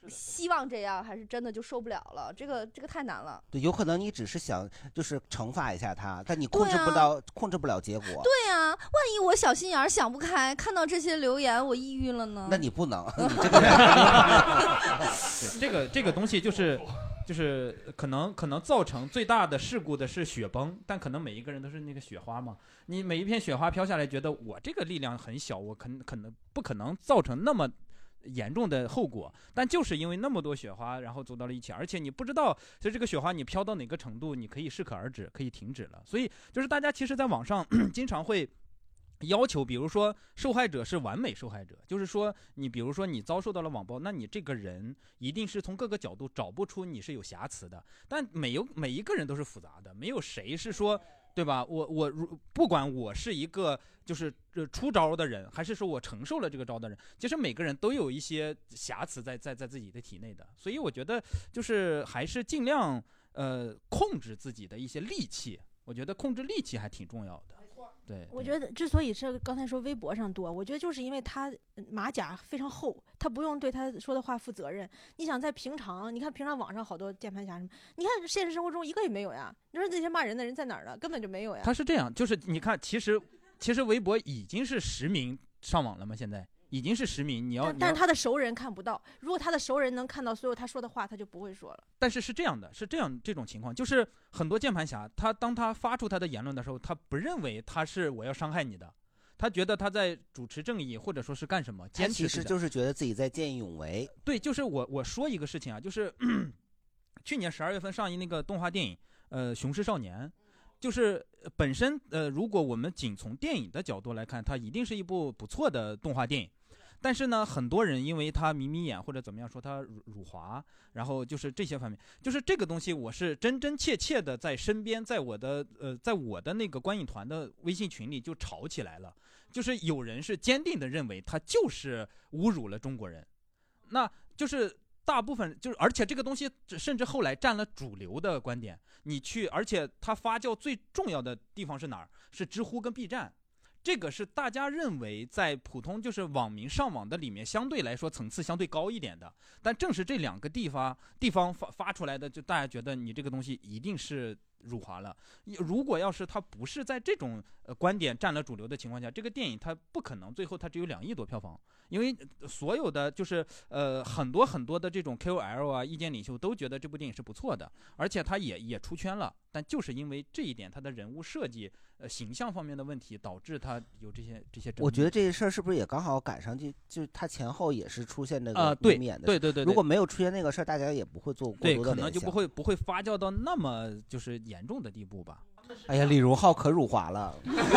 希望这样，还是真的就受不了了？这个这个太难了。 对，有可能你只是想就是惩罚一下他，但你控制不到，啊、控制不了结果。 对呀、啊，万一我小心眼儿想不开，看到这些留言我抑郁了呢？ 那你不能，你这个人。 对，这个这个东西就是就是可能可能造成最大的事故的是雪崩，但可能每一个人都是那个雪花嘛。你每一片雪花飘下来，觉得我这个力量很小，我可可能不可能造成那么严重的后果，但就是因为那么多雪花，然后走到了一起，而且你不知道，就这个雪花你飘到哪个程度，你可以适可而止，可以停止了。所以就是大家其实在网上经常会要求，比如说受害者是完美受害者，就是说你比如说你遭受到了网暴，那你这个人一定是从各个角度找不出你是有瑕疵的，但每有每一个人都是复杂的，没有谁是说。对吧？我我不管我是一个就是出招的人，还是说我承受了这个招的人，其实每个人都有一些瑕疵在在在自己的体内的，所以我觉得就是还是尽量呃控制自己的一些戾气，我觉得控制戾气还挺重要的。对， 我觉得之所以是刚才说微博上多，我觉得就是因为他马甲非常厚，他不用对他说的话负责任。你想在平常，你看平常网上好多键盘侠什么，你看现实生活中一个也没有呀。你说这些骂人的人在哪儿呢？根本就没有呀。 他是这样，就是你看，其实其实微博已经是实名上网了吗？现在已经是实名，你要， 但, 但是他的熟人看不到。如果他的熟人能看到所有他说的话，他就不会说了。 但是是这样的，是这样这种情况，就是很多键盘侠，他当他发出他的言论的时候，他不认为他是我要伤害你的，他觉得他在主持正义，或者说是干什么，坚持。 其实就是觉得自己在见义勇为。 对，就是我我说一个事情啊，就是去年十二月份上映那个动画电影，呃，《雄狮少年》。就是本身呃，如果我们仅从电影的角度来看，它一定是一部不错的动画电影。但是呢，很多人因为他眯眯眼或者怎么样说他辱辱华，然后就是这些方面，就是这个东西，我是真真切切的在身边，在我的呃，在我的那个观影团的微信群里就吵起来了。就是有人是坚定的认为他就是侮辱了中国人，那就是大部分就是，而且这个东西甚至后来占了主流的观点。你去，而且它发酵最重要的地方是哪儿？是知乎跟 B 站。这个是大家认为在普通就是网民上网的里面相对来说层次相对高一点的，但正是这两个地方地方发发出来的，就大家觉得你这个东西一定是辱华了。如果要是它不是在这种呃观点占了主流的情况下，这个电影它不可能最后它只有两亿多票房，因为所有的就是呃很多很多的这种 K O L 啊意见领袖都觉得这部电影是不错的，而且它也也出圈了，但就是因为这一点它的人物设计呃形象方面的问题导致它有这些这些争议。 我觉得这事儿是不是也刚好赶上就就它前后也是出现那个呃对免的对对对对， 如果没有出现那个事儿，大家也不会做过多的对，可能就不会不会发酵到那么就是严重的地步吧。 哎呀，李荣浩可辱华了。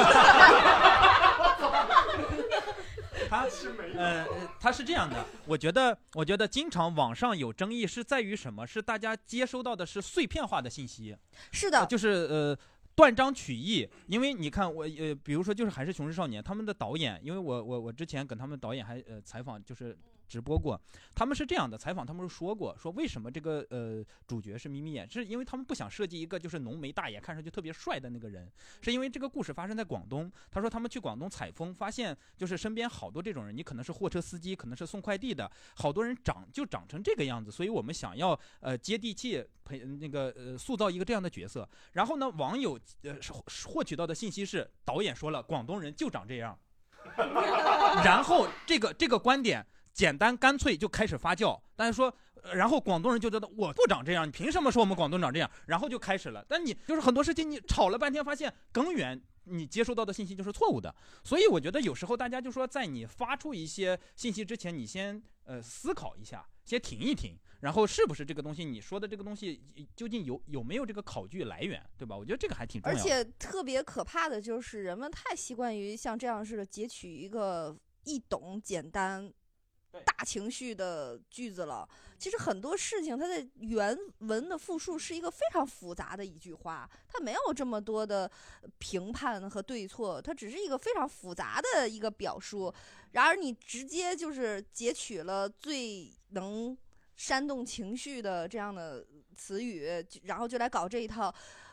他呃他是这样的，我觉得我觉得经常网上有争议是在于什么？是大家接收到的是碎片化的信息。 是的， 呃、就是呃。断章取义，因为你看我呃，比如说就是还是《雄狮少年》，他们的导演，因为我我我之前跟他们导演还呃采访，就是直播过，他们是这样的采访，他们是说过说为什么这个呃主角是眯眯眼，是因为他们不想设计一个就是浓眉大眼看上去特别帅的那个人，是因为这个故事发生在广东，他说他们去广东采风，发现就是身边好多这种人，你可能是货车司机，可能是送快递的，好多人长就长成这个样子，所以我们想要呃接地气。陪那个呃塑造一个这样的角色，然后呢，网友呃获取到的信息是导演说了广东人就长这样，然后这个这个观点简单干脆就开始发酵，大家说，呃、然后广东人就觉得我不长这样，你凭什么说我们广东长这样？然后就开始了，但你就是很多事情你吵了半天，发现根源你接收到的信息就是错误的，所以我觉得有时候大家就说，在你发出一些信息之前，你先呃思考一下，先停一停。然后是不是这个东西你说的这个东西究竟有有没有这个考据来源，对吧？我觉得这个还挺重要的。 而且特别可怕的就是人们太习惯于像这样似的截取一个易懂、简单、大情绪的句子了。其实很多事情它的原文的复述是一个非常复杂的一句话，它没有这么多的评判和对错，它只是一个非常复杂的一个表述。然而你直接就是截取了最能煽动情绪的这样的词语，然后就来搞这一套，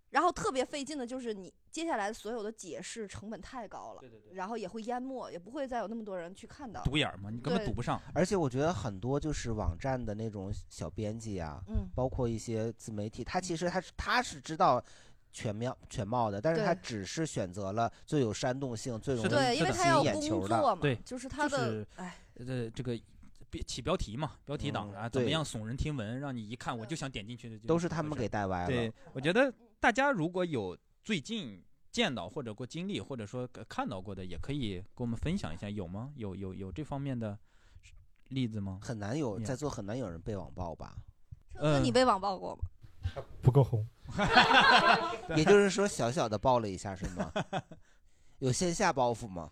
然后特别费劲的就是你接下来所有的解释成本太高了，对对对，然后也会淹没，也不会再有那么多人去看到。 堵眼嘛，你根本堵不上。 而且我觉得很多就是网站的那种小编辑啊，嗯，包括一些自媒体，他其实他他是知道全面全貌的，但是他只是选择了最有煽动性、最容易对，因为他要工作嘛， 对， 就是他的哎， 呃，这个。起标题嘛，标题党啊，嗯、怎么样耸人听闻，让你一看我就想点进去的， 都是他们给带歪了。 对，我觉得大家如果有最近见到或者过经历，或者说看到过的，也可以跟我们分享一下，有吗？有有有这方面的例子吗？ 很难有，在座很难有人被网暴吧？ 那你被网暴过吗？ 不够红。 也就是说，小小的爆了一下是吗？有线下报复吗？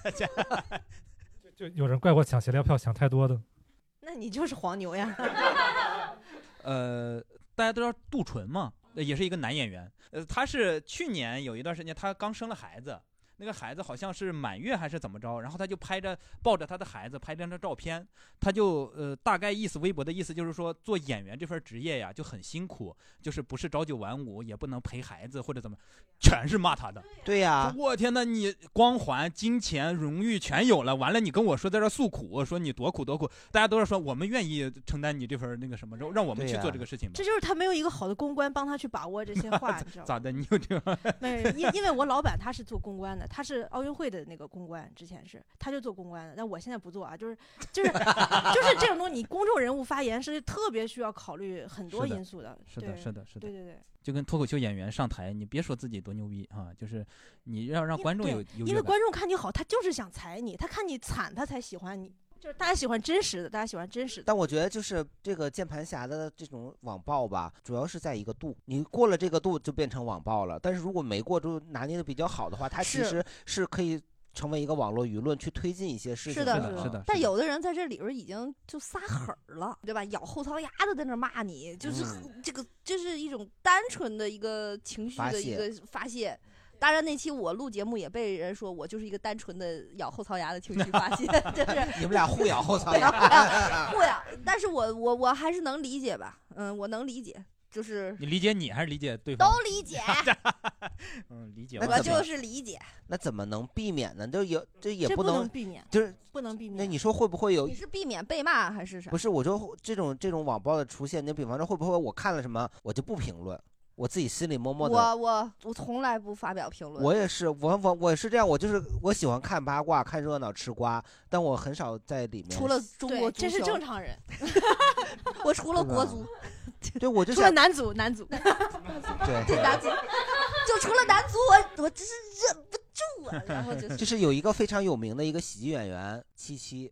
就有人怪我抢协调票抢太多的， 那你就是黄牛呀。 呃，大家都知道杜淳嘛，也是一个男演员。呃，他是去年有一段时间，他刚生了孩子，那个孩子好像是满月还是怎么着，然后他就拍着抱着他的孩子拍张张照片，他就呃大概意思微博的意思就是说，做演员这份职业呀就很辛苦，就是不是朝九晚五，也不能陪孩子或者怎么，全是骂他的。 对呀、啊， 我天哪，你光环、金钱、荣誉全有了，完了你跟我说在这诉苦，说你多苦多苦，大家都是说我们愿意承担你这份那个什么，让我们去做这个事情吧。 这就是他没有一个好的公关帮他去把握这些话，你知道吗？ 咋的？你有这个？ 没有，因因为我老板他是做公关的，他是奥运会的那个公关，之前是他就做公关的，但我现在不做啊，就是就是就是这种东西，你公众人物发言是特别需要考虑很多因素的。 是的，是的，是的， 对对对。 就跟脱口秀演员上台，你别说自己多牛逼啊，就是你要让观众有有因为观众看你好，他就是想踩你，他看你惨，他才喜欢你。就是大家喜欢真实的，大家喜欢真实的。 但我觉得就是这个键盘侠的这种网暴吧，主要是在一个度，你过了这个度就变成网暴了。但是如果没过度，拿捏的比较好的话，它其实是可以成为一个网络舆论去推进一些事情。 是的， 是的，是的。 但有的人在这里边已经就撒狠了，对吧？咬后槽牙的在那骂你，就是这个，这是一种单纯的一个情绪的一个发泄。当然，那期我录节目也被人说我就是一个单纯的咬后槽牙的情绪发泄，就是你们俩互咬后槽牙， 互咬。但是我我我还是能理解吧，嗯，我能理解，就是你理解你还是理解对方？ 都理解， 嗯，理解。 我就是理解。 那怎么能避免呢？就有这也不能避免， 就是不能避免。 那你说会不会有？ 你是避免被骂还是啥？ 不是，我就这种这种网暴的出现，你比方说会不会我看了什么，我就不评论？我自己心里默默的， 我我我从来不发表评论。 我也是，我我我是这样，我就是我喜欢看八卦、看热闹、吃瓜，但我很少在里面。 除了中国足球， 这是正常人。 我除了国足， 对，我就除了男足，男足， 对对男足，就除了男足，我我真是忍不住啊。然后就是， 就是有一个非常有名的一个喜剧演员七七，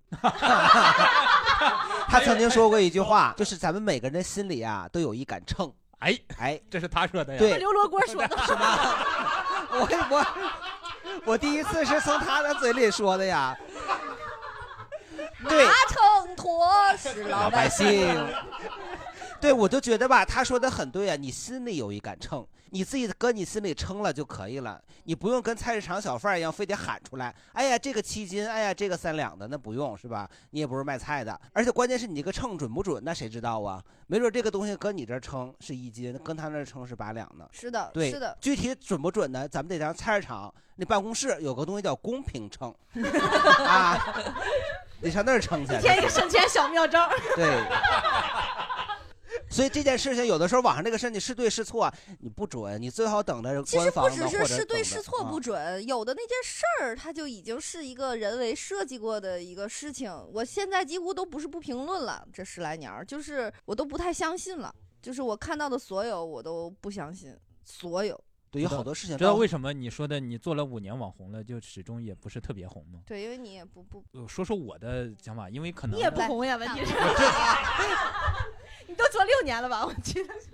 他曾经说过一句话，就是咱们每个人的心里啊都有一杆秤。 哎哎， 这是他说的呀？ 对， 刘罗锅说的是吗？我我我第一次是从他的嘴里说的呀。对， 马秤砣是老百姓。 对，我就觉得吧，他说的很对啊，你心里有一杆秤，你自己搁你心里称了就可以了，你不用跟菜市场小贩一样非得喊出来，哎呀这个七斤，哎呀这个三两的，那不用是吧？你也不是卖菜的，而且关键是你这个秤准不准，那谁知道啊？没准这个东西搁你这称是一斤，跟他那称是八两呢。 是的， 对， 是的， 具体准不准呢？咱们得让菜市场那办公室有个东西叫公平秤啊，得上那儿称去。 一天一个省钱小妙招。 对。所以这件事情有的时候网上这个事你是对是错你不准，你最好等着官方的。 其实不只是是对是错不准，啊、有的那件事儿它就已经是一个人为设计过的一个事情。我现在几乎都不是不评论了，这十来年就是我都不太相信了，就是我看到的所有我都不相信，所有。 对，有好多事情。 知道为什么你说的你做了五年网红了，就始终也不是特别红吗？ 对，因为你也不不。 说说我的想法，因为可能你也不红呀，问题是。你都做六年了吧？我记得。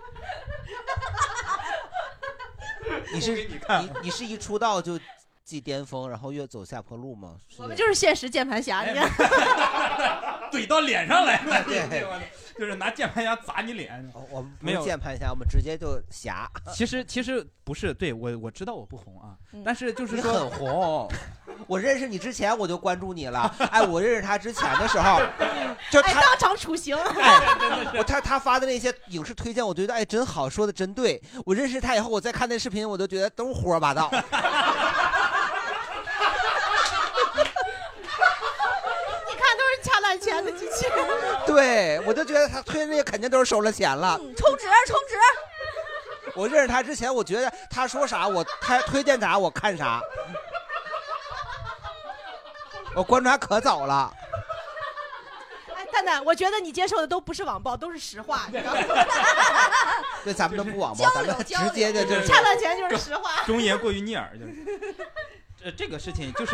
你是你你你是一出道就既巅峰，然后越走下坡路吗？ 我们就是现实键盘侠，你看。 怼到脸上来了， 对， 就是拿键盘侠砸你脸。 哦、我们没有键盘侠，我们直接就侠。 其实其实不是，对我我知道我不红啊，嗯、但是就是说你很红。我认识你之前我就关注你了，哎，我认识他之前的时候，就他、 哎、当场处刑。 哎，我他他发的那些影视推荐，我觉得哎真好，说的真对。我认识他以后，我再看那视频，我都觉得都是胡说八道。 掐烂钱的机器人， 对我就觉得他推的那些肯定都是收了钱了。 嗯、充值充值。 我认识他之前，我觉得他说啥我他推荐啥我看啥，我关注他可早了。 哎，蛋蛋，我觉得你接受的都不是网暴，都是实话，你知道吗？ 对，咱们都不网暴，咱们直接的就是掐烂钱就是实话。 忠言过于逆耳，就是。呃，这个事情就是。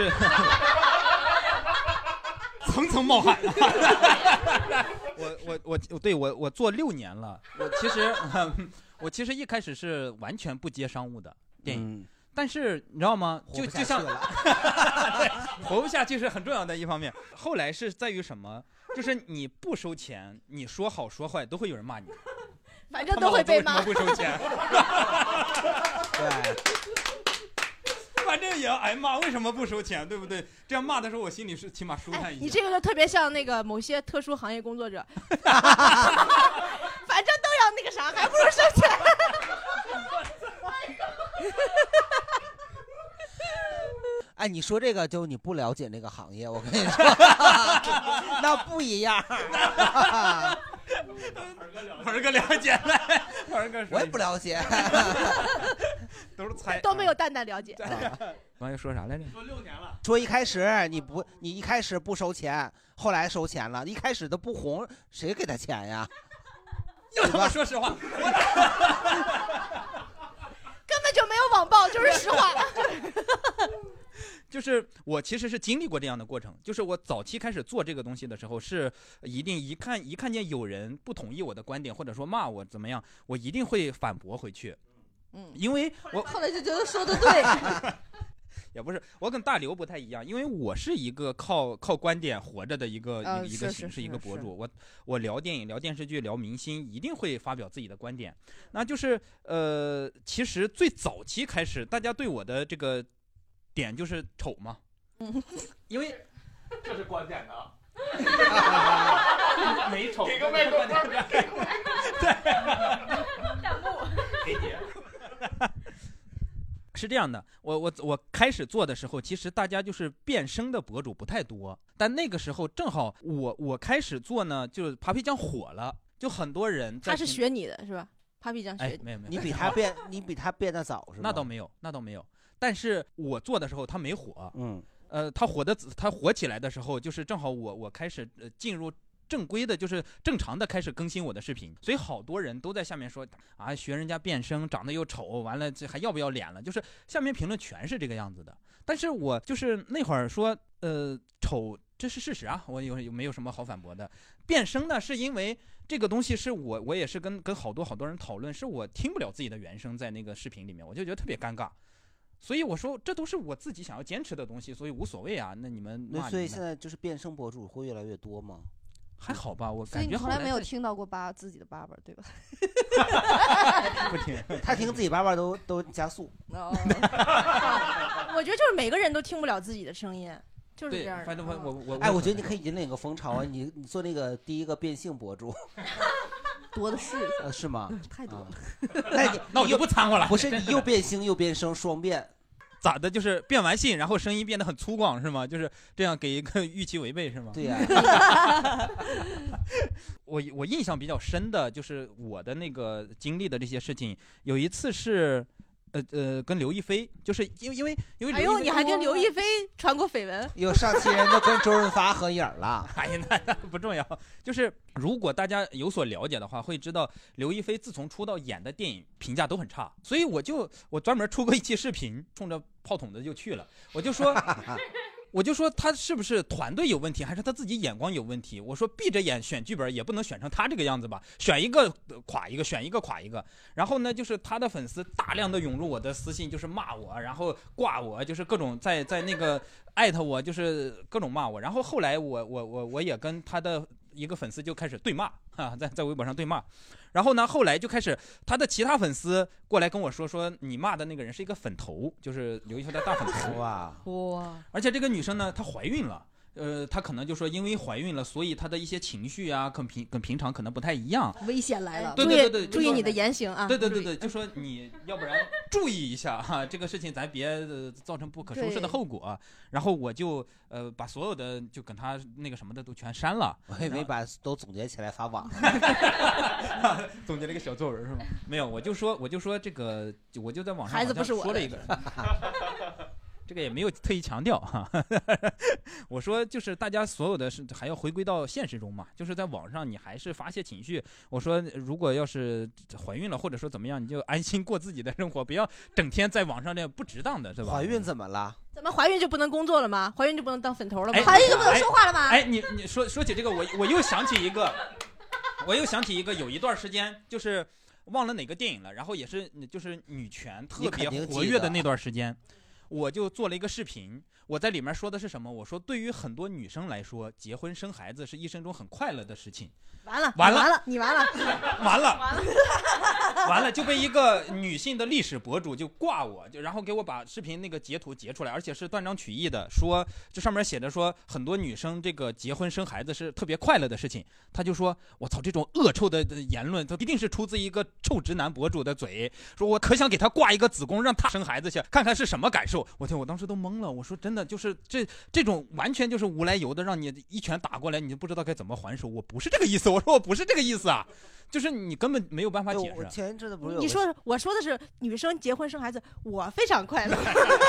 层层冒汗。我我我我对我我做六年了，我其实、嗯、我其实一开始是完全不接商务的电影，嗯、但是你知道吗？就就像对，活不下去是很重要的一方面。后来是在于什么？就是你不收钱，你说好说坏都会有人骂你， 反正都会被骂。 不收钱。 对。 反正也要挨骂，为什么不收钱，对不对？这样骂的时候，我心里是起码舒坦一点、哎。 你这个就特别像那个某些特殊行业工作者，反正都要那个啥，还不如收钱。 哎，你说这个就你不了解那个行业，我跟你说，那不一样。 盆哥了解来，盆哥我也不了解， 都是猜， 都没有蛋蛋了解。 刚才说啥来着？ 说六年了。 说一开始你不，你一开始不收钱，后来收钱了，一开始都不红，谁给他钱呀？ 又他妈说实话， 根本就没有网暴，就是实话。 就是我其实是经历过这样的过程，就是我早期开始做这个东西的时候，是一定一看一看见有人不同意我的观点，或者说骂我怎么样，我一定会反驳回去。嗯，因为我后来就觉得说的对。 也不是，我跟大刘不太一样，因为我是一个靠靠观点活着的一个、呃、一个形式一个博主，我我聊电影、聊电视剧、聊明星，一定会发表自己的观点。那就是呃，其实最早期开始，大家对我的这个点就是丑嘛，嗯，因为这是观点的， 没丑， 给个麦克风， 对， 弹幕给你。是这样的，我我我开始做的时候，其实大家就是变声的博主不太多，但那个时候正好我我开始做呢，就 Papi 酱火了，就很多人在。 他是学你的是吧 ？Papi 酱学你、哎，没有没有， 你比他变，你比他变得早是吧？ 那倒没有，那倒没有。但是我做的时候他没火， 嗯， 呃，他火的他火起来的时候，就是正好我我开始呃进入。正规的就是正常的开始更新我的视频，所以好多人都在下面说啊，学人家变声，长得又丑，完了这还要不要脸了？就是下面评论全是这个样子的。但是我就是那会儿说，呃，丑这是事实啊，我有有没有什么好反驳的？变声呢，是因为这个东西是我我也是跟跟好多好多人讨论，是我听不了自己的原声在那个视频里面，我就觉得特别尴尬。所以我说这都是我自己想要坚持的东西，所以无所谓啊。那你们那所以现在就是变声博主会越来越多吗？ 还好吧，我感觉。所以你从来没有听到过爸自己的爸爸，对吧？ 不听， 他听自己爸爸都都加速。 哦、我觉得就是每个人都听不了自己的声音，就是这样的。 反正我我我哎，我觉得你可以引领个风潮啊！你你做那个第一个变性博主， 多的是。 呃，是吗？ 太多了。 那你那我就不掺和了。 不是，你又变性又变声，双变。 咋的？就是变完性，然后声音变得很粗犷是吗？就是这样给一个预期违背是吗？ 对呀、啊。 我我印象比较深的就是我的那个经历的这些事情，有一次是，呃呃，跟刘亦菲，就是因为因为因为哎呦，你还跟刘亦菲传过绯闻？ 有上期人都跟周润发合影了。 哎呀，那那不重要。就是如果大家有所了解的话，会知道刘亦菲自从出道演的电影评价都很差，所以我就我专门出过一期视频，冲着炮筒子就去了，我就说。我就说他是不是团队有问题，还是他自己眼光有问题？我说闭着眼选剧本也不能选成他这个样子吧，选一个垮一个，选一个垮一个。然后呢，就是他的粉丝大量的涌入我的私信，就是骂我，然后挂我，就是各种在在那个艾特我，就是各种骂我。然后后来我我我我也跟他的一个粉丝就开始对骂啊，在在微博上对骂，然后呢，后来就开始他的其他粉丝过来跟我说说你骂的那个人是一个粉头，就是刘亦菲的大粉头哇哇， 而且这个女生呢，她怀孕了。呃，她可能就说，因为怀孕了，所以她的一些情绪啊，跟平跟平常可能不太一样。 危险来了， 对对对对， 注意你的言行啊。 对对对对，就说你要不然注意一下哈、啊，这个事情咱别、呃、造成不可收拾的后果。然后我就呃把所有的就跟他那个什么的都全删了。 我以为把都总结起来发网上， 总结了一个小作文是吗？没有，我就说我就说这个，我就在网上孩子不是我说了一个。这个也没有特意强调哈，我说就是大家所有的是还要回归到现实中嘛，就是在网上你还是发泄情绪。我说如果要是怀孕了或者说怎么样，你就安心过自己的生活，不要整天在网上这不值当的，对吧？ 怀孕怎么了？ 怎么怀孕就不能工作了吗？怀孕就不能当粉头了吗？ 哎、 怀孕就不能说话了吗？ 哎，哎你你说说起这个，我我又想起一个，我又想起一个，有一段时间就是忘了哪个电影了，然后也是就是女权特别活跃的那段时间。我就做了一个视频，我在里面说的是什么？我说对于很多女生来说，结婚生孩子是一生中很快乐的事情。 完了， 完了， 完了，你完了， 完了， 完了， 完了，就被一个女性的历史博主就挂我，就然后给我把视频那个截图截出来，而且是断章取义的，说这上面写着说很多女生这个结婚生孩子是特别快乐的事情。他就说我操，这种恶臭的言论，它一定是出自一个臭直男博主的嘴，说我可想给他挂一个子宫，让他生孩子去，看看是什么感受。我天，我当时都懵了，我说真的，就是这这种完全就是无来由的，让你一拳打过来，你就不知道该怎么还手。我不是这个意思，我说我不是这个意思啊，就是你根本没有办法解释。 前一阵子不是有你说我说的是女生结婚生孩子，我非常快乐。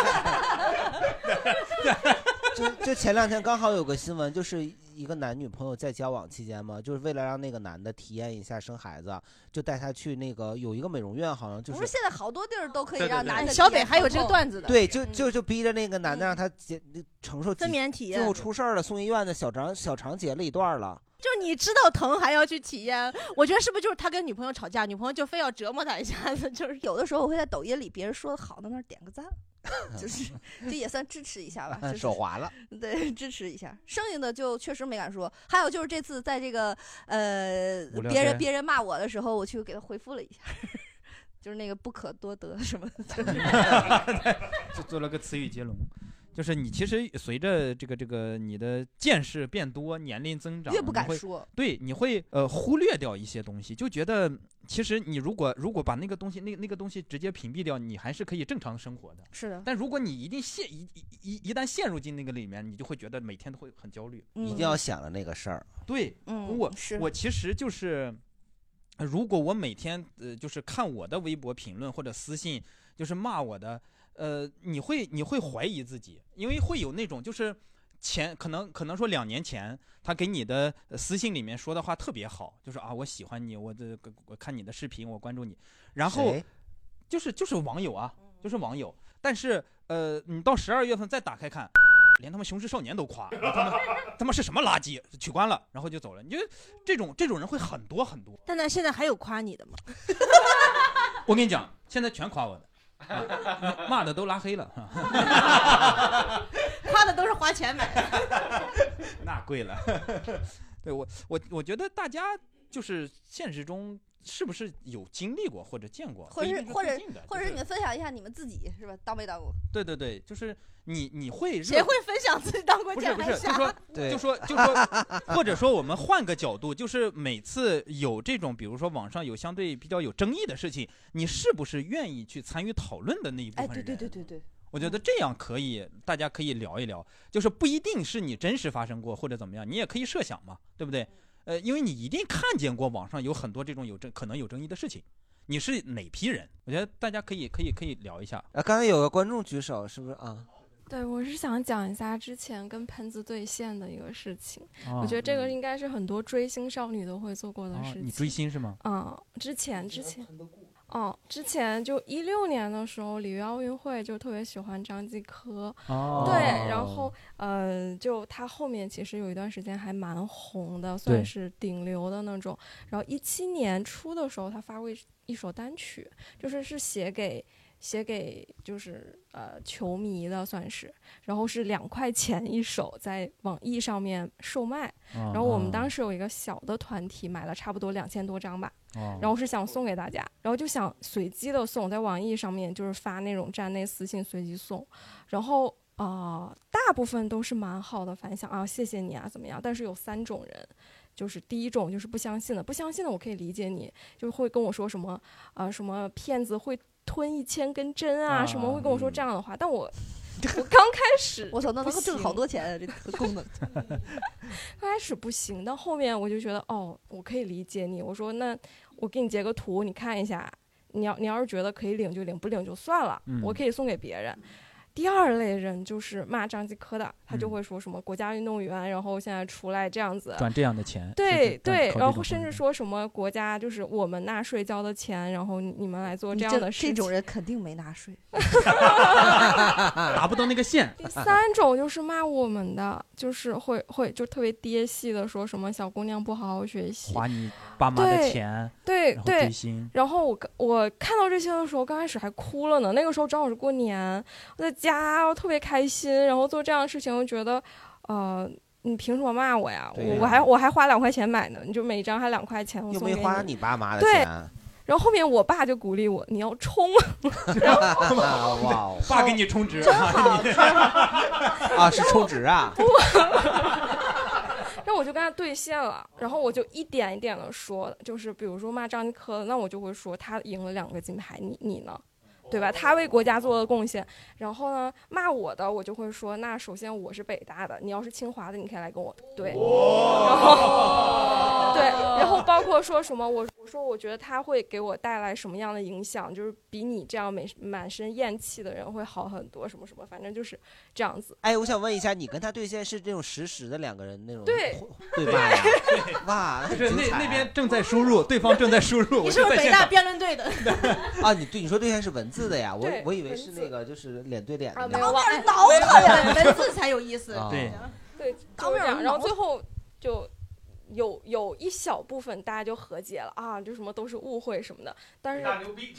就就前两天刚好有个新闻，就是一个男女朋友在交往期间嘛，就是为了让那个男的体验一下生孩子，就带他去那个有一个美容院，好像就是。 不是现在好多地儿都可以让男的。 小北还有这个段子的。 对，就就就逼着那个男的让他结承受分娩体验， 最后出事儿了，送医院的小肠小肠截了一段了。 就你知道疼还要去体验，我觉得是不是就是他跟女朋友吵架，女朋友就非要折磨他一下子？就是有的时候我会在抖音里别人说的好的那儿点个赞。就是这也算支持一下吧，就是、 手滑了， 对，支持一下。剩下的就确实没敢说。还有就是这次在这个呃别人别人骂我的时候，我去给他回复了一下，就是那个不可多得什么的， 就做了个词语接龙。就是你其实随着这个这个你的见识变多，年龄增长， 越不敢说。 对，你会呃忽略掉一些东西，就觉得其实你如果如果把那个东西那那个东西直接屏蔽掉，你还是可以正常生活的。 是的。 但如果你一定陷一一一旦陷入进那个里面，你就会觉得每天都会很焦虑， 一定要想着那个事儿。 对， 嗯， 我是我其实就是。如果我每天呃就是看我的微博评论或者私信，就是骂我的。呃，你会你会怀疑自己，因为会有那种就是前可能可能说两年前他给你的私信里面说的话特别好，就是啊我喜欢你，我的我看你的视频，我关注你，然后就是就是网友啊，就是网友，但是呃你到十二月份再打开看，连他们雄狮少年都夸他们他们是什么垃圾，取关了，然后就走了。你觉得这种这种人会很多很多？ 但那现在还有夸你的吗？ 我跟你讲，现在全夸我的。啊、骂的都拉黑了， 夸的都是花钱买的， 那贵了。对我我我觉得大家就是现实中是不是有经历过或者见过， 或者是或者或者是就是你们分享一下你们自己是吧？当没当过？ 对对对，就是你你会谁会分享自己当过键盘侠？ 不是不是，就说就说就说，或者说我们换个角度，就是每次有这种，比如说网上有相对比较有争议的事情，你是不是愿意去参与讨论的那一部分人？ 哎，对对对对对。 我觉得这样可以，大家可以聊一聊，就是不一定是你真实发生过或者怎么样，你也可以设想嘛，对不对？呃，因为你一定看见过网上有很多这种有争可能有争议的事情，你是哪批人？我觉得大家可以可以可以聊一下。 啊，刚才有个观众举手，是不是啊？ 对，我是想讲一下之前跟喷子对线的一个事情。 哦、 我觉得这个应该是很多追星少女都会做过的事情。 哦、你追星是吗？ 嗯，之前之前。哦，之前就一六年的时候，里约奥运会就特别喜欢张继科， 哦、 对，然后呃，就他后面其实有一段时间还蛮红的，算是顶流的那种。然后一七年初的时候，他发过一首单曲，就是是写给写给就是呃球迷的算是，然后是两块钱一首，在网易上面售卖。 哦、 然后我们当时有一个小的团体买了差不多两千多张吧，哦、然后是想送给大家，然后就想随机的送，在网易上面就是发那种站内私信随机送，然后啊、呃、大部分都是蛮好的反响啊，谢谢你啊怎么样？但是有三种人。就是第一种就是不相信的，不相信的我可以理解你，就会跟我说什么啊、呃、什么骗子会吞一千根针啊，啊什么会跟我说这样的话，嗯、但我我刚开始我操，那能挣好多钱啊，这个功能。 刚开始不行，到后面我就觉得哦，我可以理解你。我说那我给你截个图，你看一下，你要你要是觉得可以领就领，不领就算了，嗯、我可以送给别人。第二类人就是骂张继科的，他就会说什么国家运动员，然后现在出来这样子赚这样的钱， 对对，然后甚至说什么国家就是我们纳税交的钱，然后你们来做这样的事情， 这种人肯定没纳税， 达不到那个线。 第三种就是骂我们的，就是会会就特别爹系的说什么小姑娘不好好学习， 花你爸妈的钱， 对然后对追星。 然后我我看到这些的时候，刚开始还哭了呢。那个时候正好是过年，我在家我特别开心，然后做这样的事情，我觉得，呃，你凭什么骂我呀？我我还我还花两块钱买呢，你就每一张还两块钱，我又送给没花你爸妈的对钱。 然后后面我爸就鼓励我，你要冲， 哇， 爸给你充值， 真好， 啊，是充值啊。 然后我就跟他兑现了，然后我就一点一点的说，就是比如说骂张继科，那我就会说他赢了两个金牌，你你呢？对吧？他为国家做了贡献。然后呢，骂我的我就会说，那首先我是北大的，你要是清华的，你可以来跟我对。然后对，然后包括说什么，我我说我觉得他会给我带来什么样的影响，就是比你这样满满身厌气的人会好很多，什么什么，反正就是这样子。 哎，我想问一下，你跟他对线是这种实时的两个人那种对对吧呀？哇， 就是那那边正在输入，对方正在输入。 你是不是北大辩论队的？ 啊，你对你说对线是文字的呀？我我以为是那个就是脸对脸的。 没有， 挠他呀， 文字才有意思。 对对，就是这样。然后最后就有有一小部分大家就和解了啊，就什么都是误会什么的，但是大牛逼，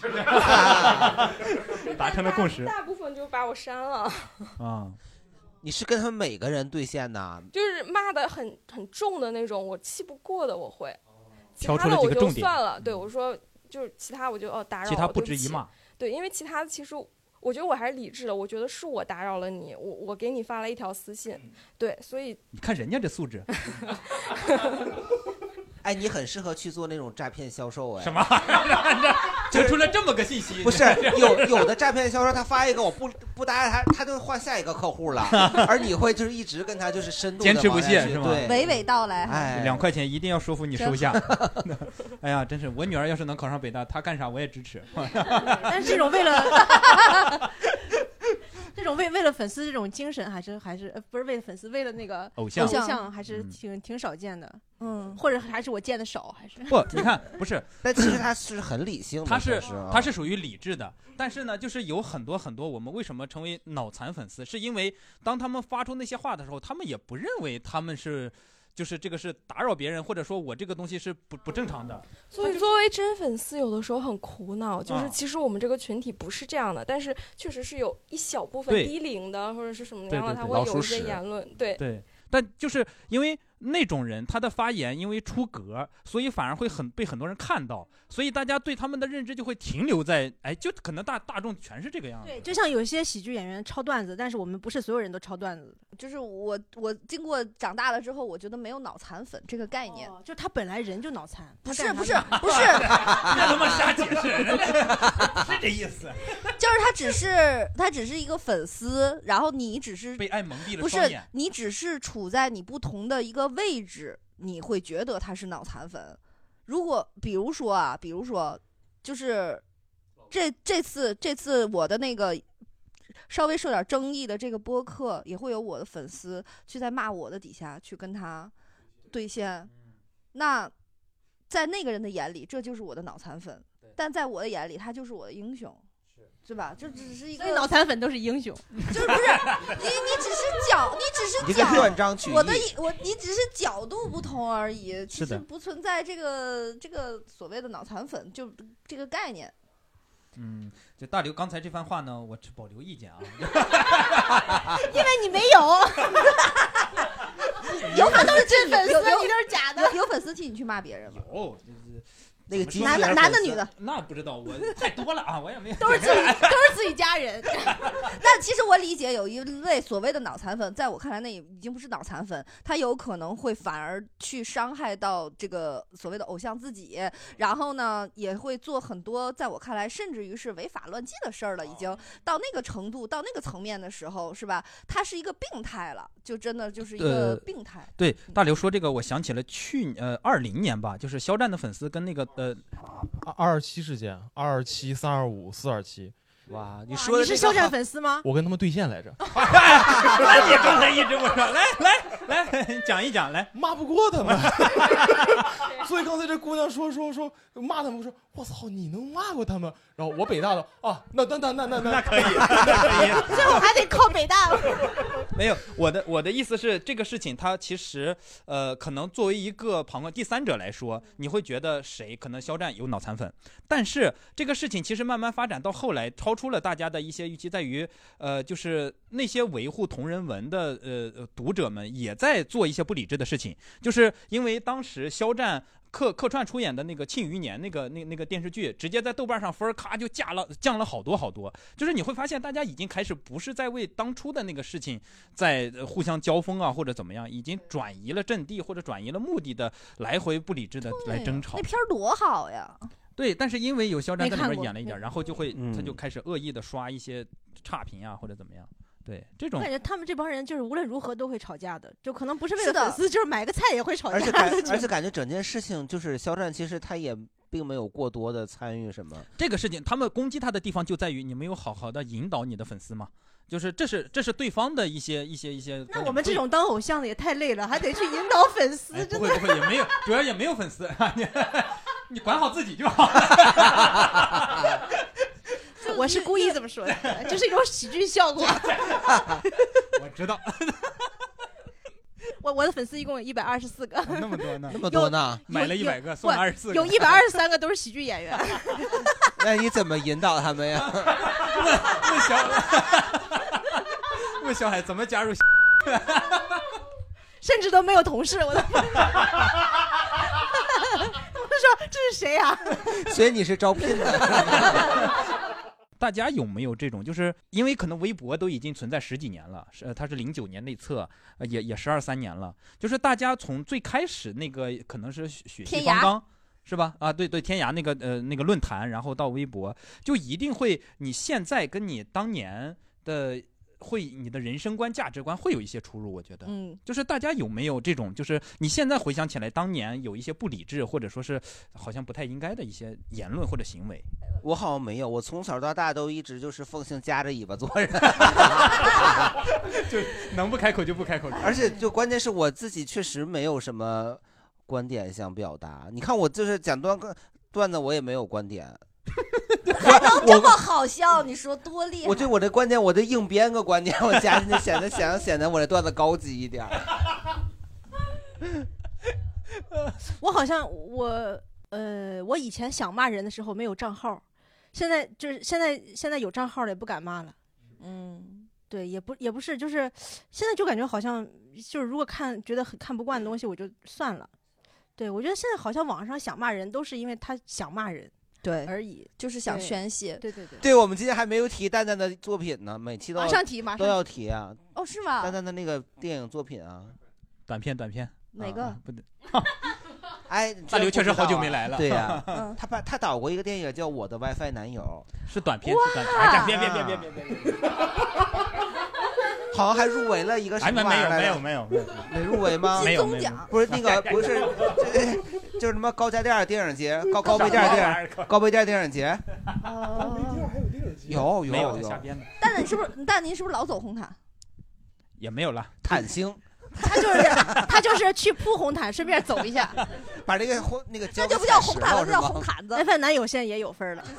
达成了共识。 大部分就把我删了啊。 你是跟他们每个人对线呐？ 就是骂的很很重的那种，我气不过的我会， 挑出了几个重点。 其他的我就算了，对我说就是其他我就哦打扰了， 其他不值一骂。 对，因为其他的其实我觉得我还是理智的，我觉得是我打扰了你，我我给你发了一条私信，对，所以你看人家这素质。 哎，你很适合去做那种诈骗销售哎。 什么？就出了这么个信息？ 不是，有有的诈骗销售他发一个我不不搭理他，他就换下一个客户了，而你会就是一直跟他就是深度坚持不懈是吗？ 对， 娓娓道来。 哎， 两块钱一定要说服你收下。哎呀，真是我女儿要是能考上北大，她干啥我也支持。 但是这种为了。这种为为了粉丝这种精神，还是还是呃不是为了粉丝，为了那个偶像偶像还是挺、嗯、挺少见的，嗯，或者还是我见的少，还是不？你看，不是， 但其实他是很理性的， 他是他是属于理智的，但是呢，就是有很多很多我们为什么成为脑残粉丝，是因为当他们发出那些话的时候，他们也不认为他们是。就是这个是打扰别人，或者说我这个东西是不不正常的。 所以作为真粉丝，有的时候很苦恼，就是其实我们这个群体不是这样的，但是确实是有一小部分低龄的或者是什么样的，他会有一些言论，对对。但就是因为那种人，他的发言因为出格，所以反而会很被很多人看到，所以大家对他们的认知就会停留在，哎，就可能大大众全是这个样子。 对，就像有一些喜剧演员抄段子，但是我们不是所有人都抄段子。 就是我我经过长大了之后，我觉得没有脑残粉这个概念， 哦、就他本来人就脑残。 不是不是不是， 那他妈瞎解释，是这意思。 就是他只是他只是一个粉丝，然后你只是被爱蒙蔽了不双眼， 是你只是处在你不同的一个位置，你会觉得他是脑残粉。如果比如说啊，比如说就是这这次这次我的那个稍微受点争议的这个播客，也会有我的粉丝去在骂我的底下去跟他对线，那在那个人的眼里这就是我的脑残粉，但在我的眼里他就是我的英雄，是吧？就只是一个脑残粉都是英雄， 就是不是你你只是角你只是角断章取义， 我的我你只是角度不同而已，其实不存在这个这个所谓的脑残粉就这个概念。 嗯，就大刘刚才这番话呢，我持保留意见啊， 因为你没有， 有粉都是真粉丝， 有有你都是假的。 有有粉丝替你去骂别人吗？ 有，就是那个男的男的女的， 那不知道，我太多了啊，我也没有， 都是自己都是自己家人。 但其实我理解有一类所谓的脑残粉，在我看来那已经不是脑残粉，他有可能会反而去伤害到这个所谓的偶像自己，然后呢也会做很多在我看来甚至于是违法乱纪的事儿了，已经到那个程度到那个层面的时候，是吧？他是一个病态了，就真的就是一个病态。 呃、对，大刘说这个，我想起了去呃二零年吧，就是肖战的粉丝跟那个呃二二七事件，二二七、三二五、四二七。 哇， 你说的你是肖战粉丝吗？ 我跟他们对线来着。 那你刚才一直不说，来来来，讲一讲，来骂不过他们。所以刚才这姑娘说说说骂他们，我说我操，你能骂过他们？然后我北大的啊，那那那那那那可以，那可以， 最后还得靠北大了。 没有，我的我的意思是，这个事情它其实呃，可能作为一个旁观第三者来说，你会觉得谁可能肖战有脑残粉，但是这个事情其实慢慢发展到后来，超出了大家的一些预期，在于呃，就是那些维护同人文的呃读者们也在做一些不理智的事情，就是因为当时肖战客客串出演的那个《庆余年》那个那那个电视剧，直接在豆瓣上分咔就降了降了好多好多。就是你会发现，大家已经开始不是在为当初的那个事情在互相交锋啊，或者怎么样，已经转移了阵地或者转移了目的的来回不理智的来争吵。 那片儿多好呀！ 对，但是因为有肖战在里边演了一点，然后就会、 嗯、 他就开始恶意的刷一些差评啊或者怎么样。对，这种我感觉他们这帮人就是无论如何都会吵架的，就可能不是为了粉丝，就是买个菜也会吵架。 而且感而且感觉整件事情就是肖战，其实他也并没有过多的参与什么。 这个事情，他们攻击他的地方就在于你没有好好的引导你的粉丝嘛，就是这是这是对方的一些一些一些。 那我们这种当偶像的也太累了，还得去引导粉丝， 哎、 真的。不会不会，也没有，主要也没有粉丝，你你管好自己就好。 我是故意这么说的，这是一种喜剧效果。 我知道。 我我的粉丝一共有一百二十四个， 那么多呢？ 那么多呢？ 买了一百个，送了二十四个， 有一百二十三个都是喜剧演员。 那你怎么引导他们呀？ 问问小，问小海怎么加入？ 甚至都没有同事，我都。我说这是谁呀、啊？ 所以你是招聘的。 大家有没有这种，就是因为可能微博都已经存在十几年了，是、呃、它是零九年内测，呃、也也十二三年了，就是大家从最开始那个可能是血气方刚，是吧？啊，对对，天涯那个呃那个论坛，然后到微博，就一定会你现在跟你当年的。会你的人生观价值观会有一些出入，我觉得， 嗯， 就是大家有没有这种，就是你现在回想起来，当年有一些不理智或者说是好像不太应该的一些言论或者行为。 我好像没有，我从小到大都一直就是奉行夹着尾巴做人， 就能不开口就不开口。 而且就关键是我自己确实没有什么观点想表达。你看我就是讲段段子，我也没有观点。 还能这么好笑，你说多厉害！ 我就我这观点，我就硬编个观点，我加进去显得想显得我这段子高级一点。 我好像我呃，我以前想骂人的时候没有账号，现在就是现在现在有账号了也不敢骂了。 嗯， 对，也不也不是，就是现在就感觉好像就是如果看觉得很看不惯的东西，我就算了。对，我觉得现在好像网上想骂人都是因为他想骂人。 对， 而已， 就是想宣泄。 对对对。 对，我们今天还没有提蛋蛋的作品呢，每期都马上提，马上都要提啊。 哦，是吗？ 蛋蛋的那个电影作品啊， 短片，短片。 哪个？ 不对。 哎， 大刘确实好久没来了。 对呀，他把他导过一个电影叫《我的 WiFi 男友》， 是短片，是短片。哎，别别别别别别！ 好像还入围了一个什么玩意儿？ 没有没有没有没入围吗？ 没有没有。 不是那个不是，就是什么高家店电影节，高高碑店电影，高碑店电影节。 哦， 有有有。 蛋蛋，你是不是蛋？您是不是老走红毯？ 也没有了， 毯星。 他就是他就是去铺红毯，顺便走一下， 把这个红那个那就不叫红毯了，那叫红毯子。 哎，范男友现在也有分了。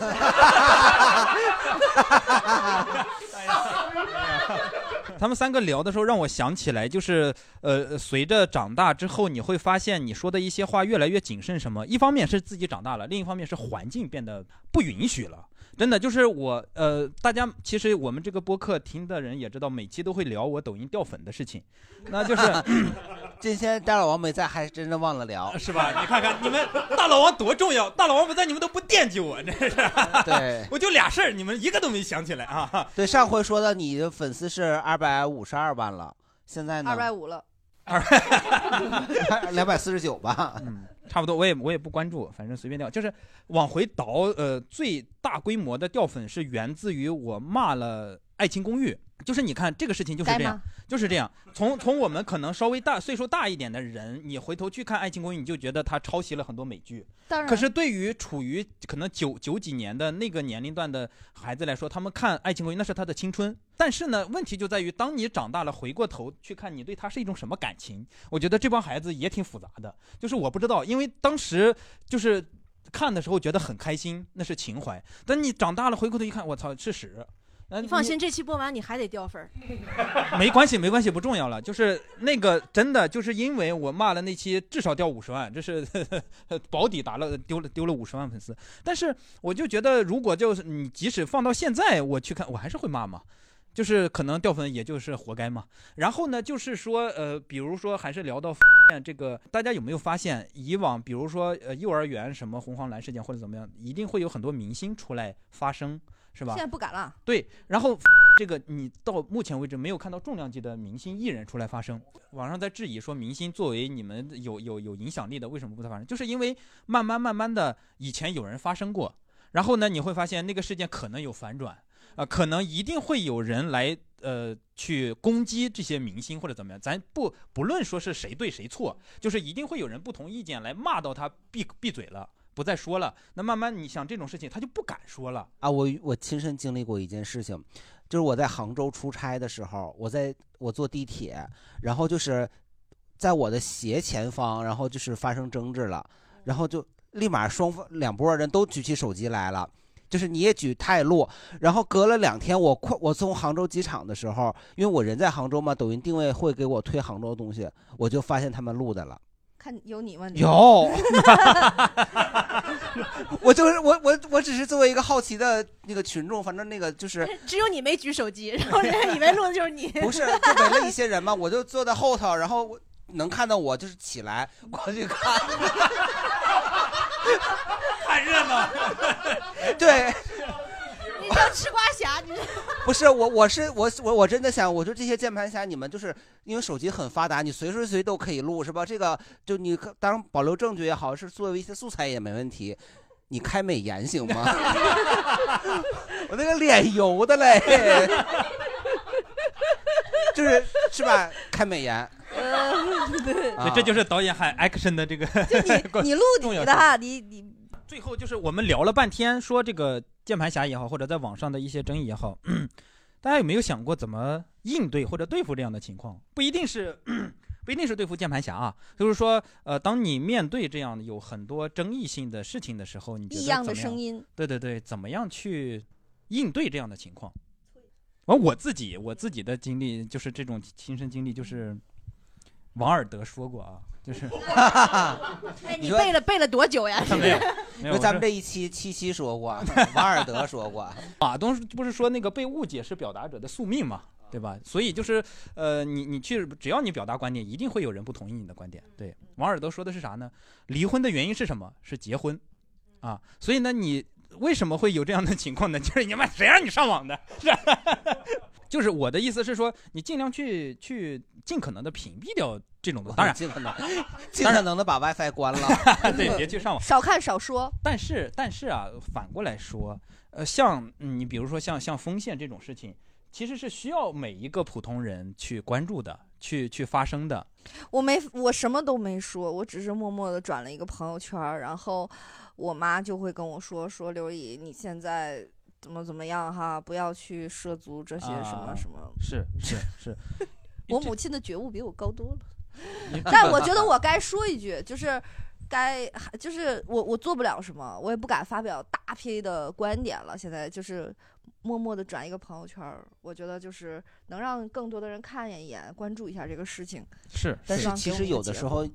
他们三个聊的时候，让我想起来，就是呃，随着长大之后，你会发现你说的一些话越来越谨慎。什么？一方面是自己长大了，另一方面是环境变得不允许了。 真的就是我呃，大家其实我们这个播客听的人也知道，每期都会聊我抖音掉粉的事情，那就是今天大老王没在，还真的忘了聊， 是吧？你看看你们大老王多重要，大老王不在，你们都不惦记我，真是。 对， 我就俩事儿，你们一个都没想起来啊。 对，上回说的你的粉丝是二百五十二万了，现在呢？ 二百五了， 二两百四十九吧。 嗯。差不多，我也我也不关注，反正随便掉。就是往回倒，呃，最大规模的掉粉是源自于我骂了《爱情公寓》。就是你看这个事情就是这样，就是这样。从从我们可能稍微大岁数大一点的人，你回头去看《爱情公寓》，你就觉得他抄袭了很多美剧。 当然。 可是对于处于可能九九几年的那个年龄段的孩子来说，他们看《爱情公寓》那是他的青春。但是呢，问题就在于，当你长大了，回过头去看，你对他是一种什么感情？我觉得这帮孩子也挺复杂的。就是我不知道，因为当时就是看的时候觉得很开心，那是情怀。但你长大了，回过头一看，我操，是屎。 你放心，这期播完你还得掉分。 没关系，没关系，不重要了。就是那个真的，就是因为我骂了那期，至少掉五十万，这是呵呵保底打了丢了丢了五十万粉丝。但是我就觉得，如果就是你即使放到现在我去看，我还是会骂嘛。就是可能掉粉，也就是活该嘛。然后呢，就是说，呃，比如说，还是聊到这个，大家有没有发现，以往比如说，呃，幼儿园什么红黄蓝事件或者怎么样，一定会有很多明星出来发声，是吧？ 现在不敢了。 对，然后这个你到目前为止没有看到重量级的明星艺人出来发声。网上在质疑说，明星作为你们有有有影响力的，为什么不发声？就是因为慢慢慢慢的，以前有人发声过，然后呢，你会发现那个事件可能有反转。啊、呃，可能一定会有人来呃去攻击这些明星或者怎么样，咱不不论说是谁对谁错，就是一定会有人不同意见来骂到他闭闭嘴了，不再说了。那慢慢你想这种事情他就不敢说了啊。我我亲身经历过一件事情，就是我在杭州出差的时候，我在我坐地铁，然后就是在我的斜前方，然后就是发生争执了，然后就立马双方两拨人都举起手机来了。就是你也举，他也录，然后隔了两天，我快我从杭州机场的时候，因为我人在杭州嘛，抖音定位会给我推杭州的东西，我就发现他们录的了。 看有你吗？ 有，我就是我我我只是作为一个好奇的那个群众，反正那个就是只有你没举手机，然后人家以为录的就是你。 不是，就围了一些人嘛，我就坐在后头，然后能看到我就是起来过去看。 看热闹， 对， 你叫吃瓜侠，你不是我，我是我我我真的想，我说这些键盘侠，你们就是因为手机很发达，你随时随地都可以录，是吧？这个就你当保留证据也好，是作为一些素材也没问题。你开美颜行吗？我那个脸油的嘞，就是是吧？开美颜。 嗯，对， 啊、这就是导演喊 action 的这个。 就你你录你的，你你。 最后就是我们聊了半天，说这个键盘侠也好，或者在网上的一些争议也好，大家有没有想过怎么应对或者对付这样的情况？不一定是不一定是对付键盘侠啊，就是说，呃，当你面对这样有很多争议性的事情的时候，你觉得异样怎么样？ 的声音， 对对对，怎么样去应对这样的情况？完，我自己我自己的经历就是这种亲身经历，就是王尔德说过啊。就是， 哎，你背了背了多久呀？ 没有， 因为咱们这一期七期说过，王尔德说过， 马东不是说那个被误解是表达者的宿命嘛，对吧？所以就是，呃，你你去，只要你表达观点，一定会有人不同意你的观点。对，王尔德说的是啥呢？离婚的原因是什么？是结婚，啊，所以呢，你为什么会有这样的情况呢？就是你妈谁让你上网的？是。就是我的意思是说，你尽量去去尽可能的屏蔽掉这种东西。当然， 尽可能尽可能的把 WiFi 关了。 对，别去上网， 少看少说。 但是但是啊，反过来说，呃，像你比如说像像丰县这种事情，其实是需要每一个普通人去关注的，去去发声的。 我没，我什么都没说，我只是默默的转了一个朋友圈，然后我妈就会跟我说说刘姨，你现在。怎么怎么样哈？不要去涉足这些什么什么。 啊、是是是， 我母亲的觉悟比我高多了。但我觉得我该说一句，就是该就是我我做不了什么，我也不敢发表大批的观点了。现在就是默默的转一个朋友圈，我觉得就是能让更多的人看一眼，关注一下这个事情。 是， 但是其实有的时候。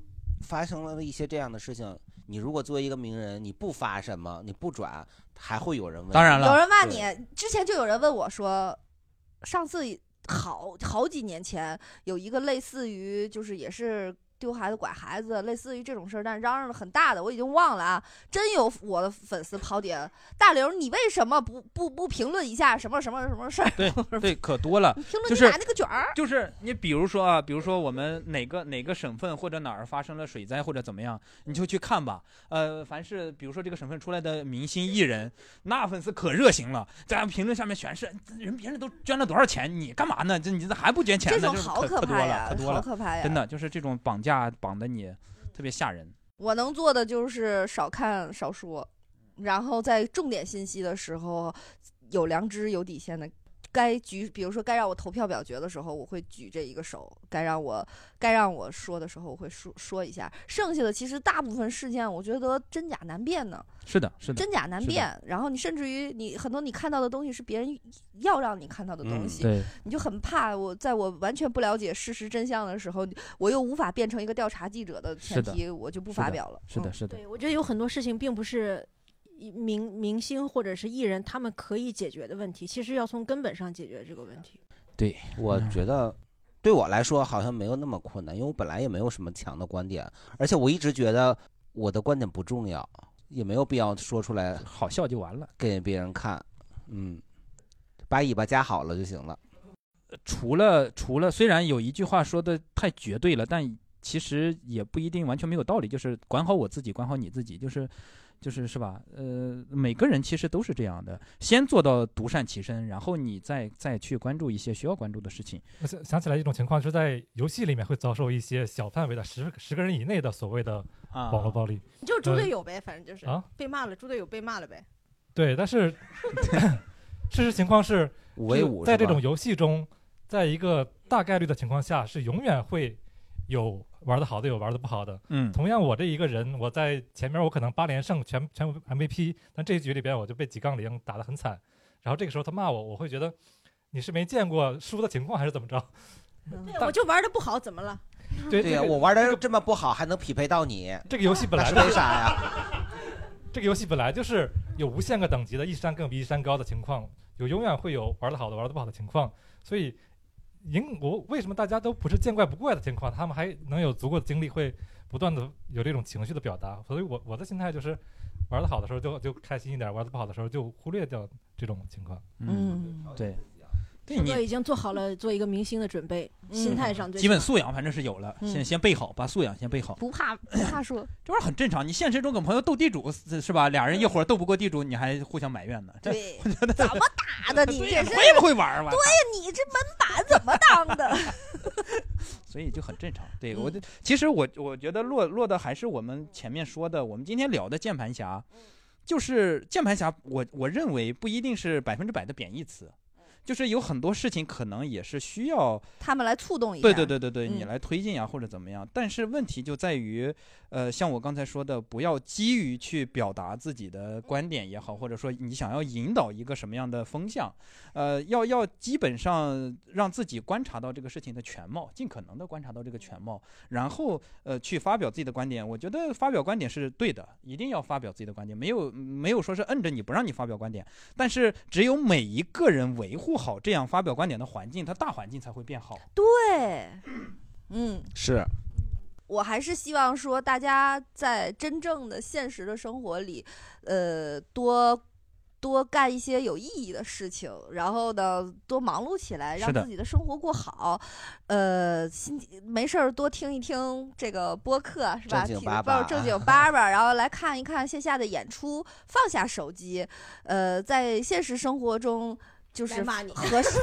发生了一些这样的事情，你如果作为一个名人，你不发什么，你不转，还会有人问。 当然了， 有人骂你。之前就有人问我说，上次好好几年前有一个类似于就是也是丢孩子拐孩子类似于这种事儿，但嚷嚷的很大的，我已经忘了啊。真有我的粉丝跑底下，大刘你为什么不不不评论一下什么什么什么事儿？ 对对，可多了。 评论就是你买那个卷儿， 就是你比如说啊，比如说我们哪个哪个省份或者哪儿发生了水灾或者怎么样，你就去看吧。呃，凡是比如说这个省份出来的明星艺人，那粉丝可热情了，在评论下面全是人，别人都捐了多少钱，你干嘛呢？这你这还不捐钱呢？ 这种好可怕呀， 可多了， 好可怕呀！ 真的就是这种绑架绑的你特别吓人。 我能做的就是少看少说，然后在重点信息的时候有良知有底线的，该举比如说该让我投票表决的时候我会举这一个手，该让我该让我说的时候我会说说一下，剩下的其实大部分事件我觉得真假难辨呢。 是的是的， 真假难辨。然后你甚至于你很多你看到的东西是别人要让你看到的东西、 嗯、对， 你就很怕我在我完全不了解事实真相的时候，我又无法变成一个调查记者的前提，我就不发表了。 是的是的、 嗯、对，我觉得有很多事情并不是明明星或者是艺人他们可以解决的问题，其实要从根本上解决这个问题。 对，我觉得对我来说好像没有那么困难，因为我本来也没有什么强的观点，而且我一直觉得我的观点不重要，也没有必要说出来， 好笑就完了， 给别人看。嗯，把尾巴夹好了就行了。 除了除了，虽然有一句话说的太绝对了，但其实也不一定完全没有道理，就是管好我自己，管好你自己，就是就是是吧？呃，每个人其实都是这样的，先做到独善其身，然后你再再去关注一些需要关注的事情。 我想想起来一种情况，就是在游戏里面会遭受一些小范围的十十个人以内的所谓的网络暴力， 你就是猪队友呗，呃、反正就是、 啊、 被骂了，猪队友被骂了呗。 对，但是事实情况是， 五 v 五， 在这种游戏中，在一个大概率的情况下，是永远会有玩得好的，有玩得不好的。 嗯， 同样我这一个人，我在前面我可能八连胜，全全 M V P， 但这一局里边我就被几杠零打得很惨。然后这个时候他骂我，我会觉得你是没见过输的情况还是怎么着？ 对，我就玩得不好，怎么了？ 对对呀、这个，我玩的这么不好，还能匹配到你？ 这个游戏本来是为啥呀？ 这个游戏本来就是有无限个等级的，一山更比一山高的情况，有永远会有玩得好的玩得不好的情况，所以赢我为什么大家都不是见怪不怪的情况，他们还能有足够的精力会不断的有这种情绪的表达，所以我我的心态就是玩得好的时候就就开心一点，玩得不好的时候就忽略掉这种情况。 嗯，对。 对，哥已经做好了做一个明星的准备，嗯、心态上最基本素养反正是有了，嗯、先先备好，把素养先备好， 不怕不怕说， 这玩意儿很正常。你现实中跟朋友斗地主是吧？俩人一会儿斗不过地主，你还互相埋怨呢。 对， 我觉得怎么打的？你这是会不会玩？ 对呀，你这门板怎么当的？ 所以就很正常。对我，其实我我觉得落落的还是我们前面说的，我们今天聊的键盘侠，就是键盘侠，我我认为不一定是百分之百的贬义词。就是有很多事情可能也是需要他们来触动一下， 对对对对对， 嗯、 你来推进啊或者怎么样。但是问题就在于，呃，像我刚才说的，不要基于去表达自己的观点也好，或者说你想要引导一个什么样的风向，呃，要要基本上让自己观察到这个事情的全貌，尽可能的观察到这个全貌，然后呃去发表自己的观点。我觉得发表观点是对的，一定要发表自己的观点，没有没有说是摁着你不让你发表观点，但是只有每一个人维护好这样发表观点的环境，它大环境才会变好。 对，嗯， 是。 我还是希望说，大家在真正的现实的生活里，呃，多多干一些有意义的事情，然后呢，多忙碌起来，让自己的生活过好。呃，心没事儿多听一听这个播客，是吧？ 正经八八， 正经八八，然后来看一看线下的演出，放下手机。呃，在现实生活中。就是骂你合适，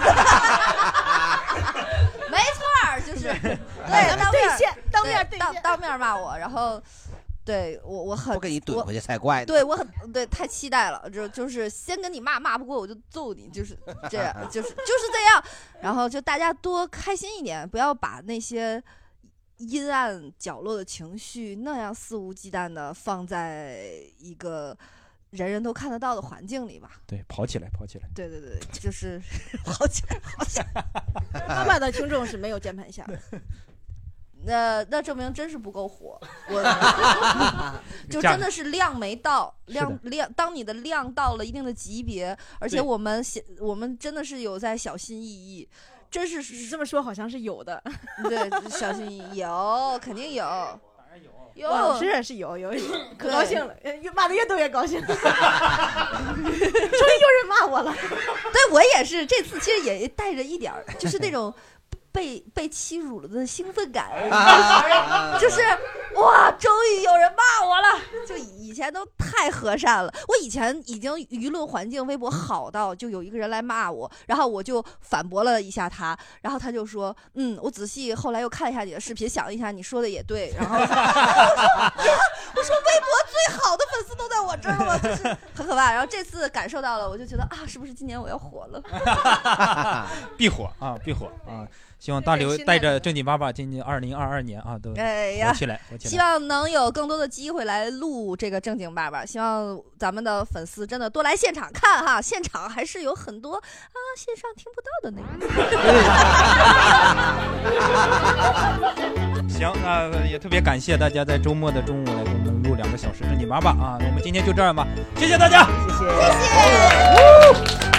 没错，就是对当面线，当面对当当面骂我，然后对我我很不给你怼回去才怪呢。 对我很对太期待了，就就是先跟你骂，骂不过我就揍你，就是这样，就是就是这样，然后就大家多开心一点，不要把那些阴暗角落的情绪那样肆无忌惮的放在一个。人人都看得到的环境里吧， 对，跑起来，跑起来， 对对对，就是跑起来，跑起来。 爸爸的听众是没有键盘侠， 那那证明真是不够火，我就真的是量没到，量量。当你的量到了一定的级别，而且我们我们真的是有在小心翼翼，真是你这么说好像是有的， 对，小心翼翼有，肯定有。有， 老师是有有有，可高兴了，越骂的越多越高兴，终于有人骂我了。 对，我也是，这次其实也带着一点儿，就是那种被被欺辱了的兴奋感，就是哇，终于有人骂我了。就以前都太和善了，我以前已经舆论环境微博好到就有一个人来骂我，然后我就反驳了一下他，然后他就说，嗯，我仔细后来又看一下你的视频，想一下你说的也对，然后我说我说微博最好的粉丝都在我这儿了，就是很可怕。然后这次感受到了，我就觉得啊，是不是今年我要火了？ 必火啊，必火啊！希望大刘带着正经八百进进二零二二年啊，都火起来，火起来！ 希望能有更多的机会来录这个正经八百，希望咱们的粉丝真的多来现场看哈，现场还是有很多啊线上听不到的内容。行啊，也特别感谢大家在周末的中午来给我们录两个小时正经八百啊，我们今天就这样吧，谢谢大家， 谢谢，谢谢。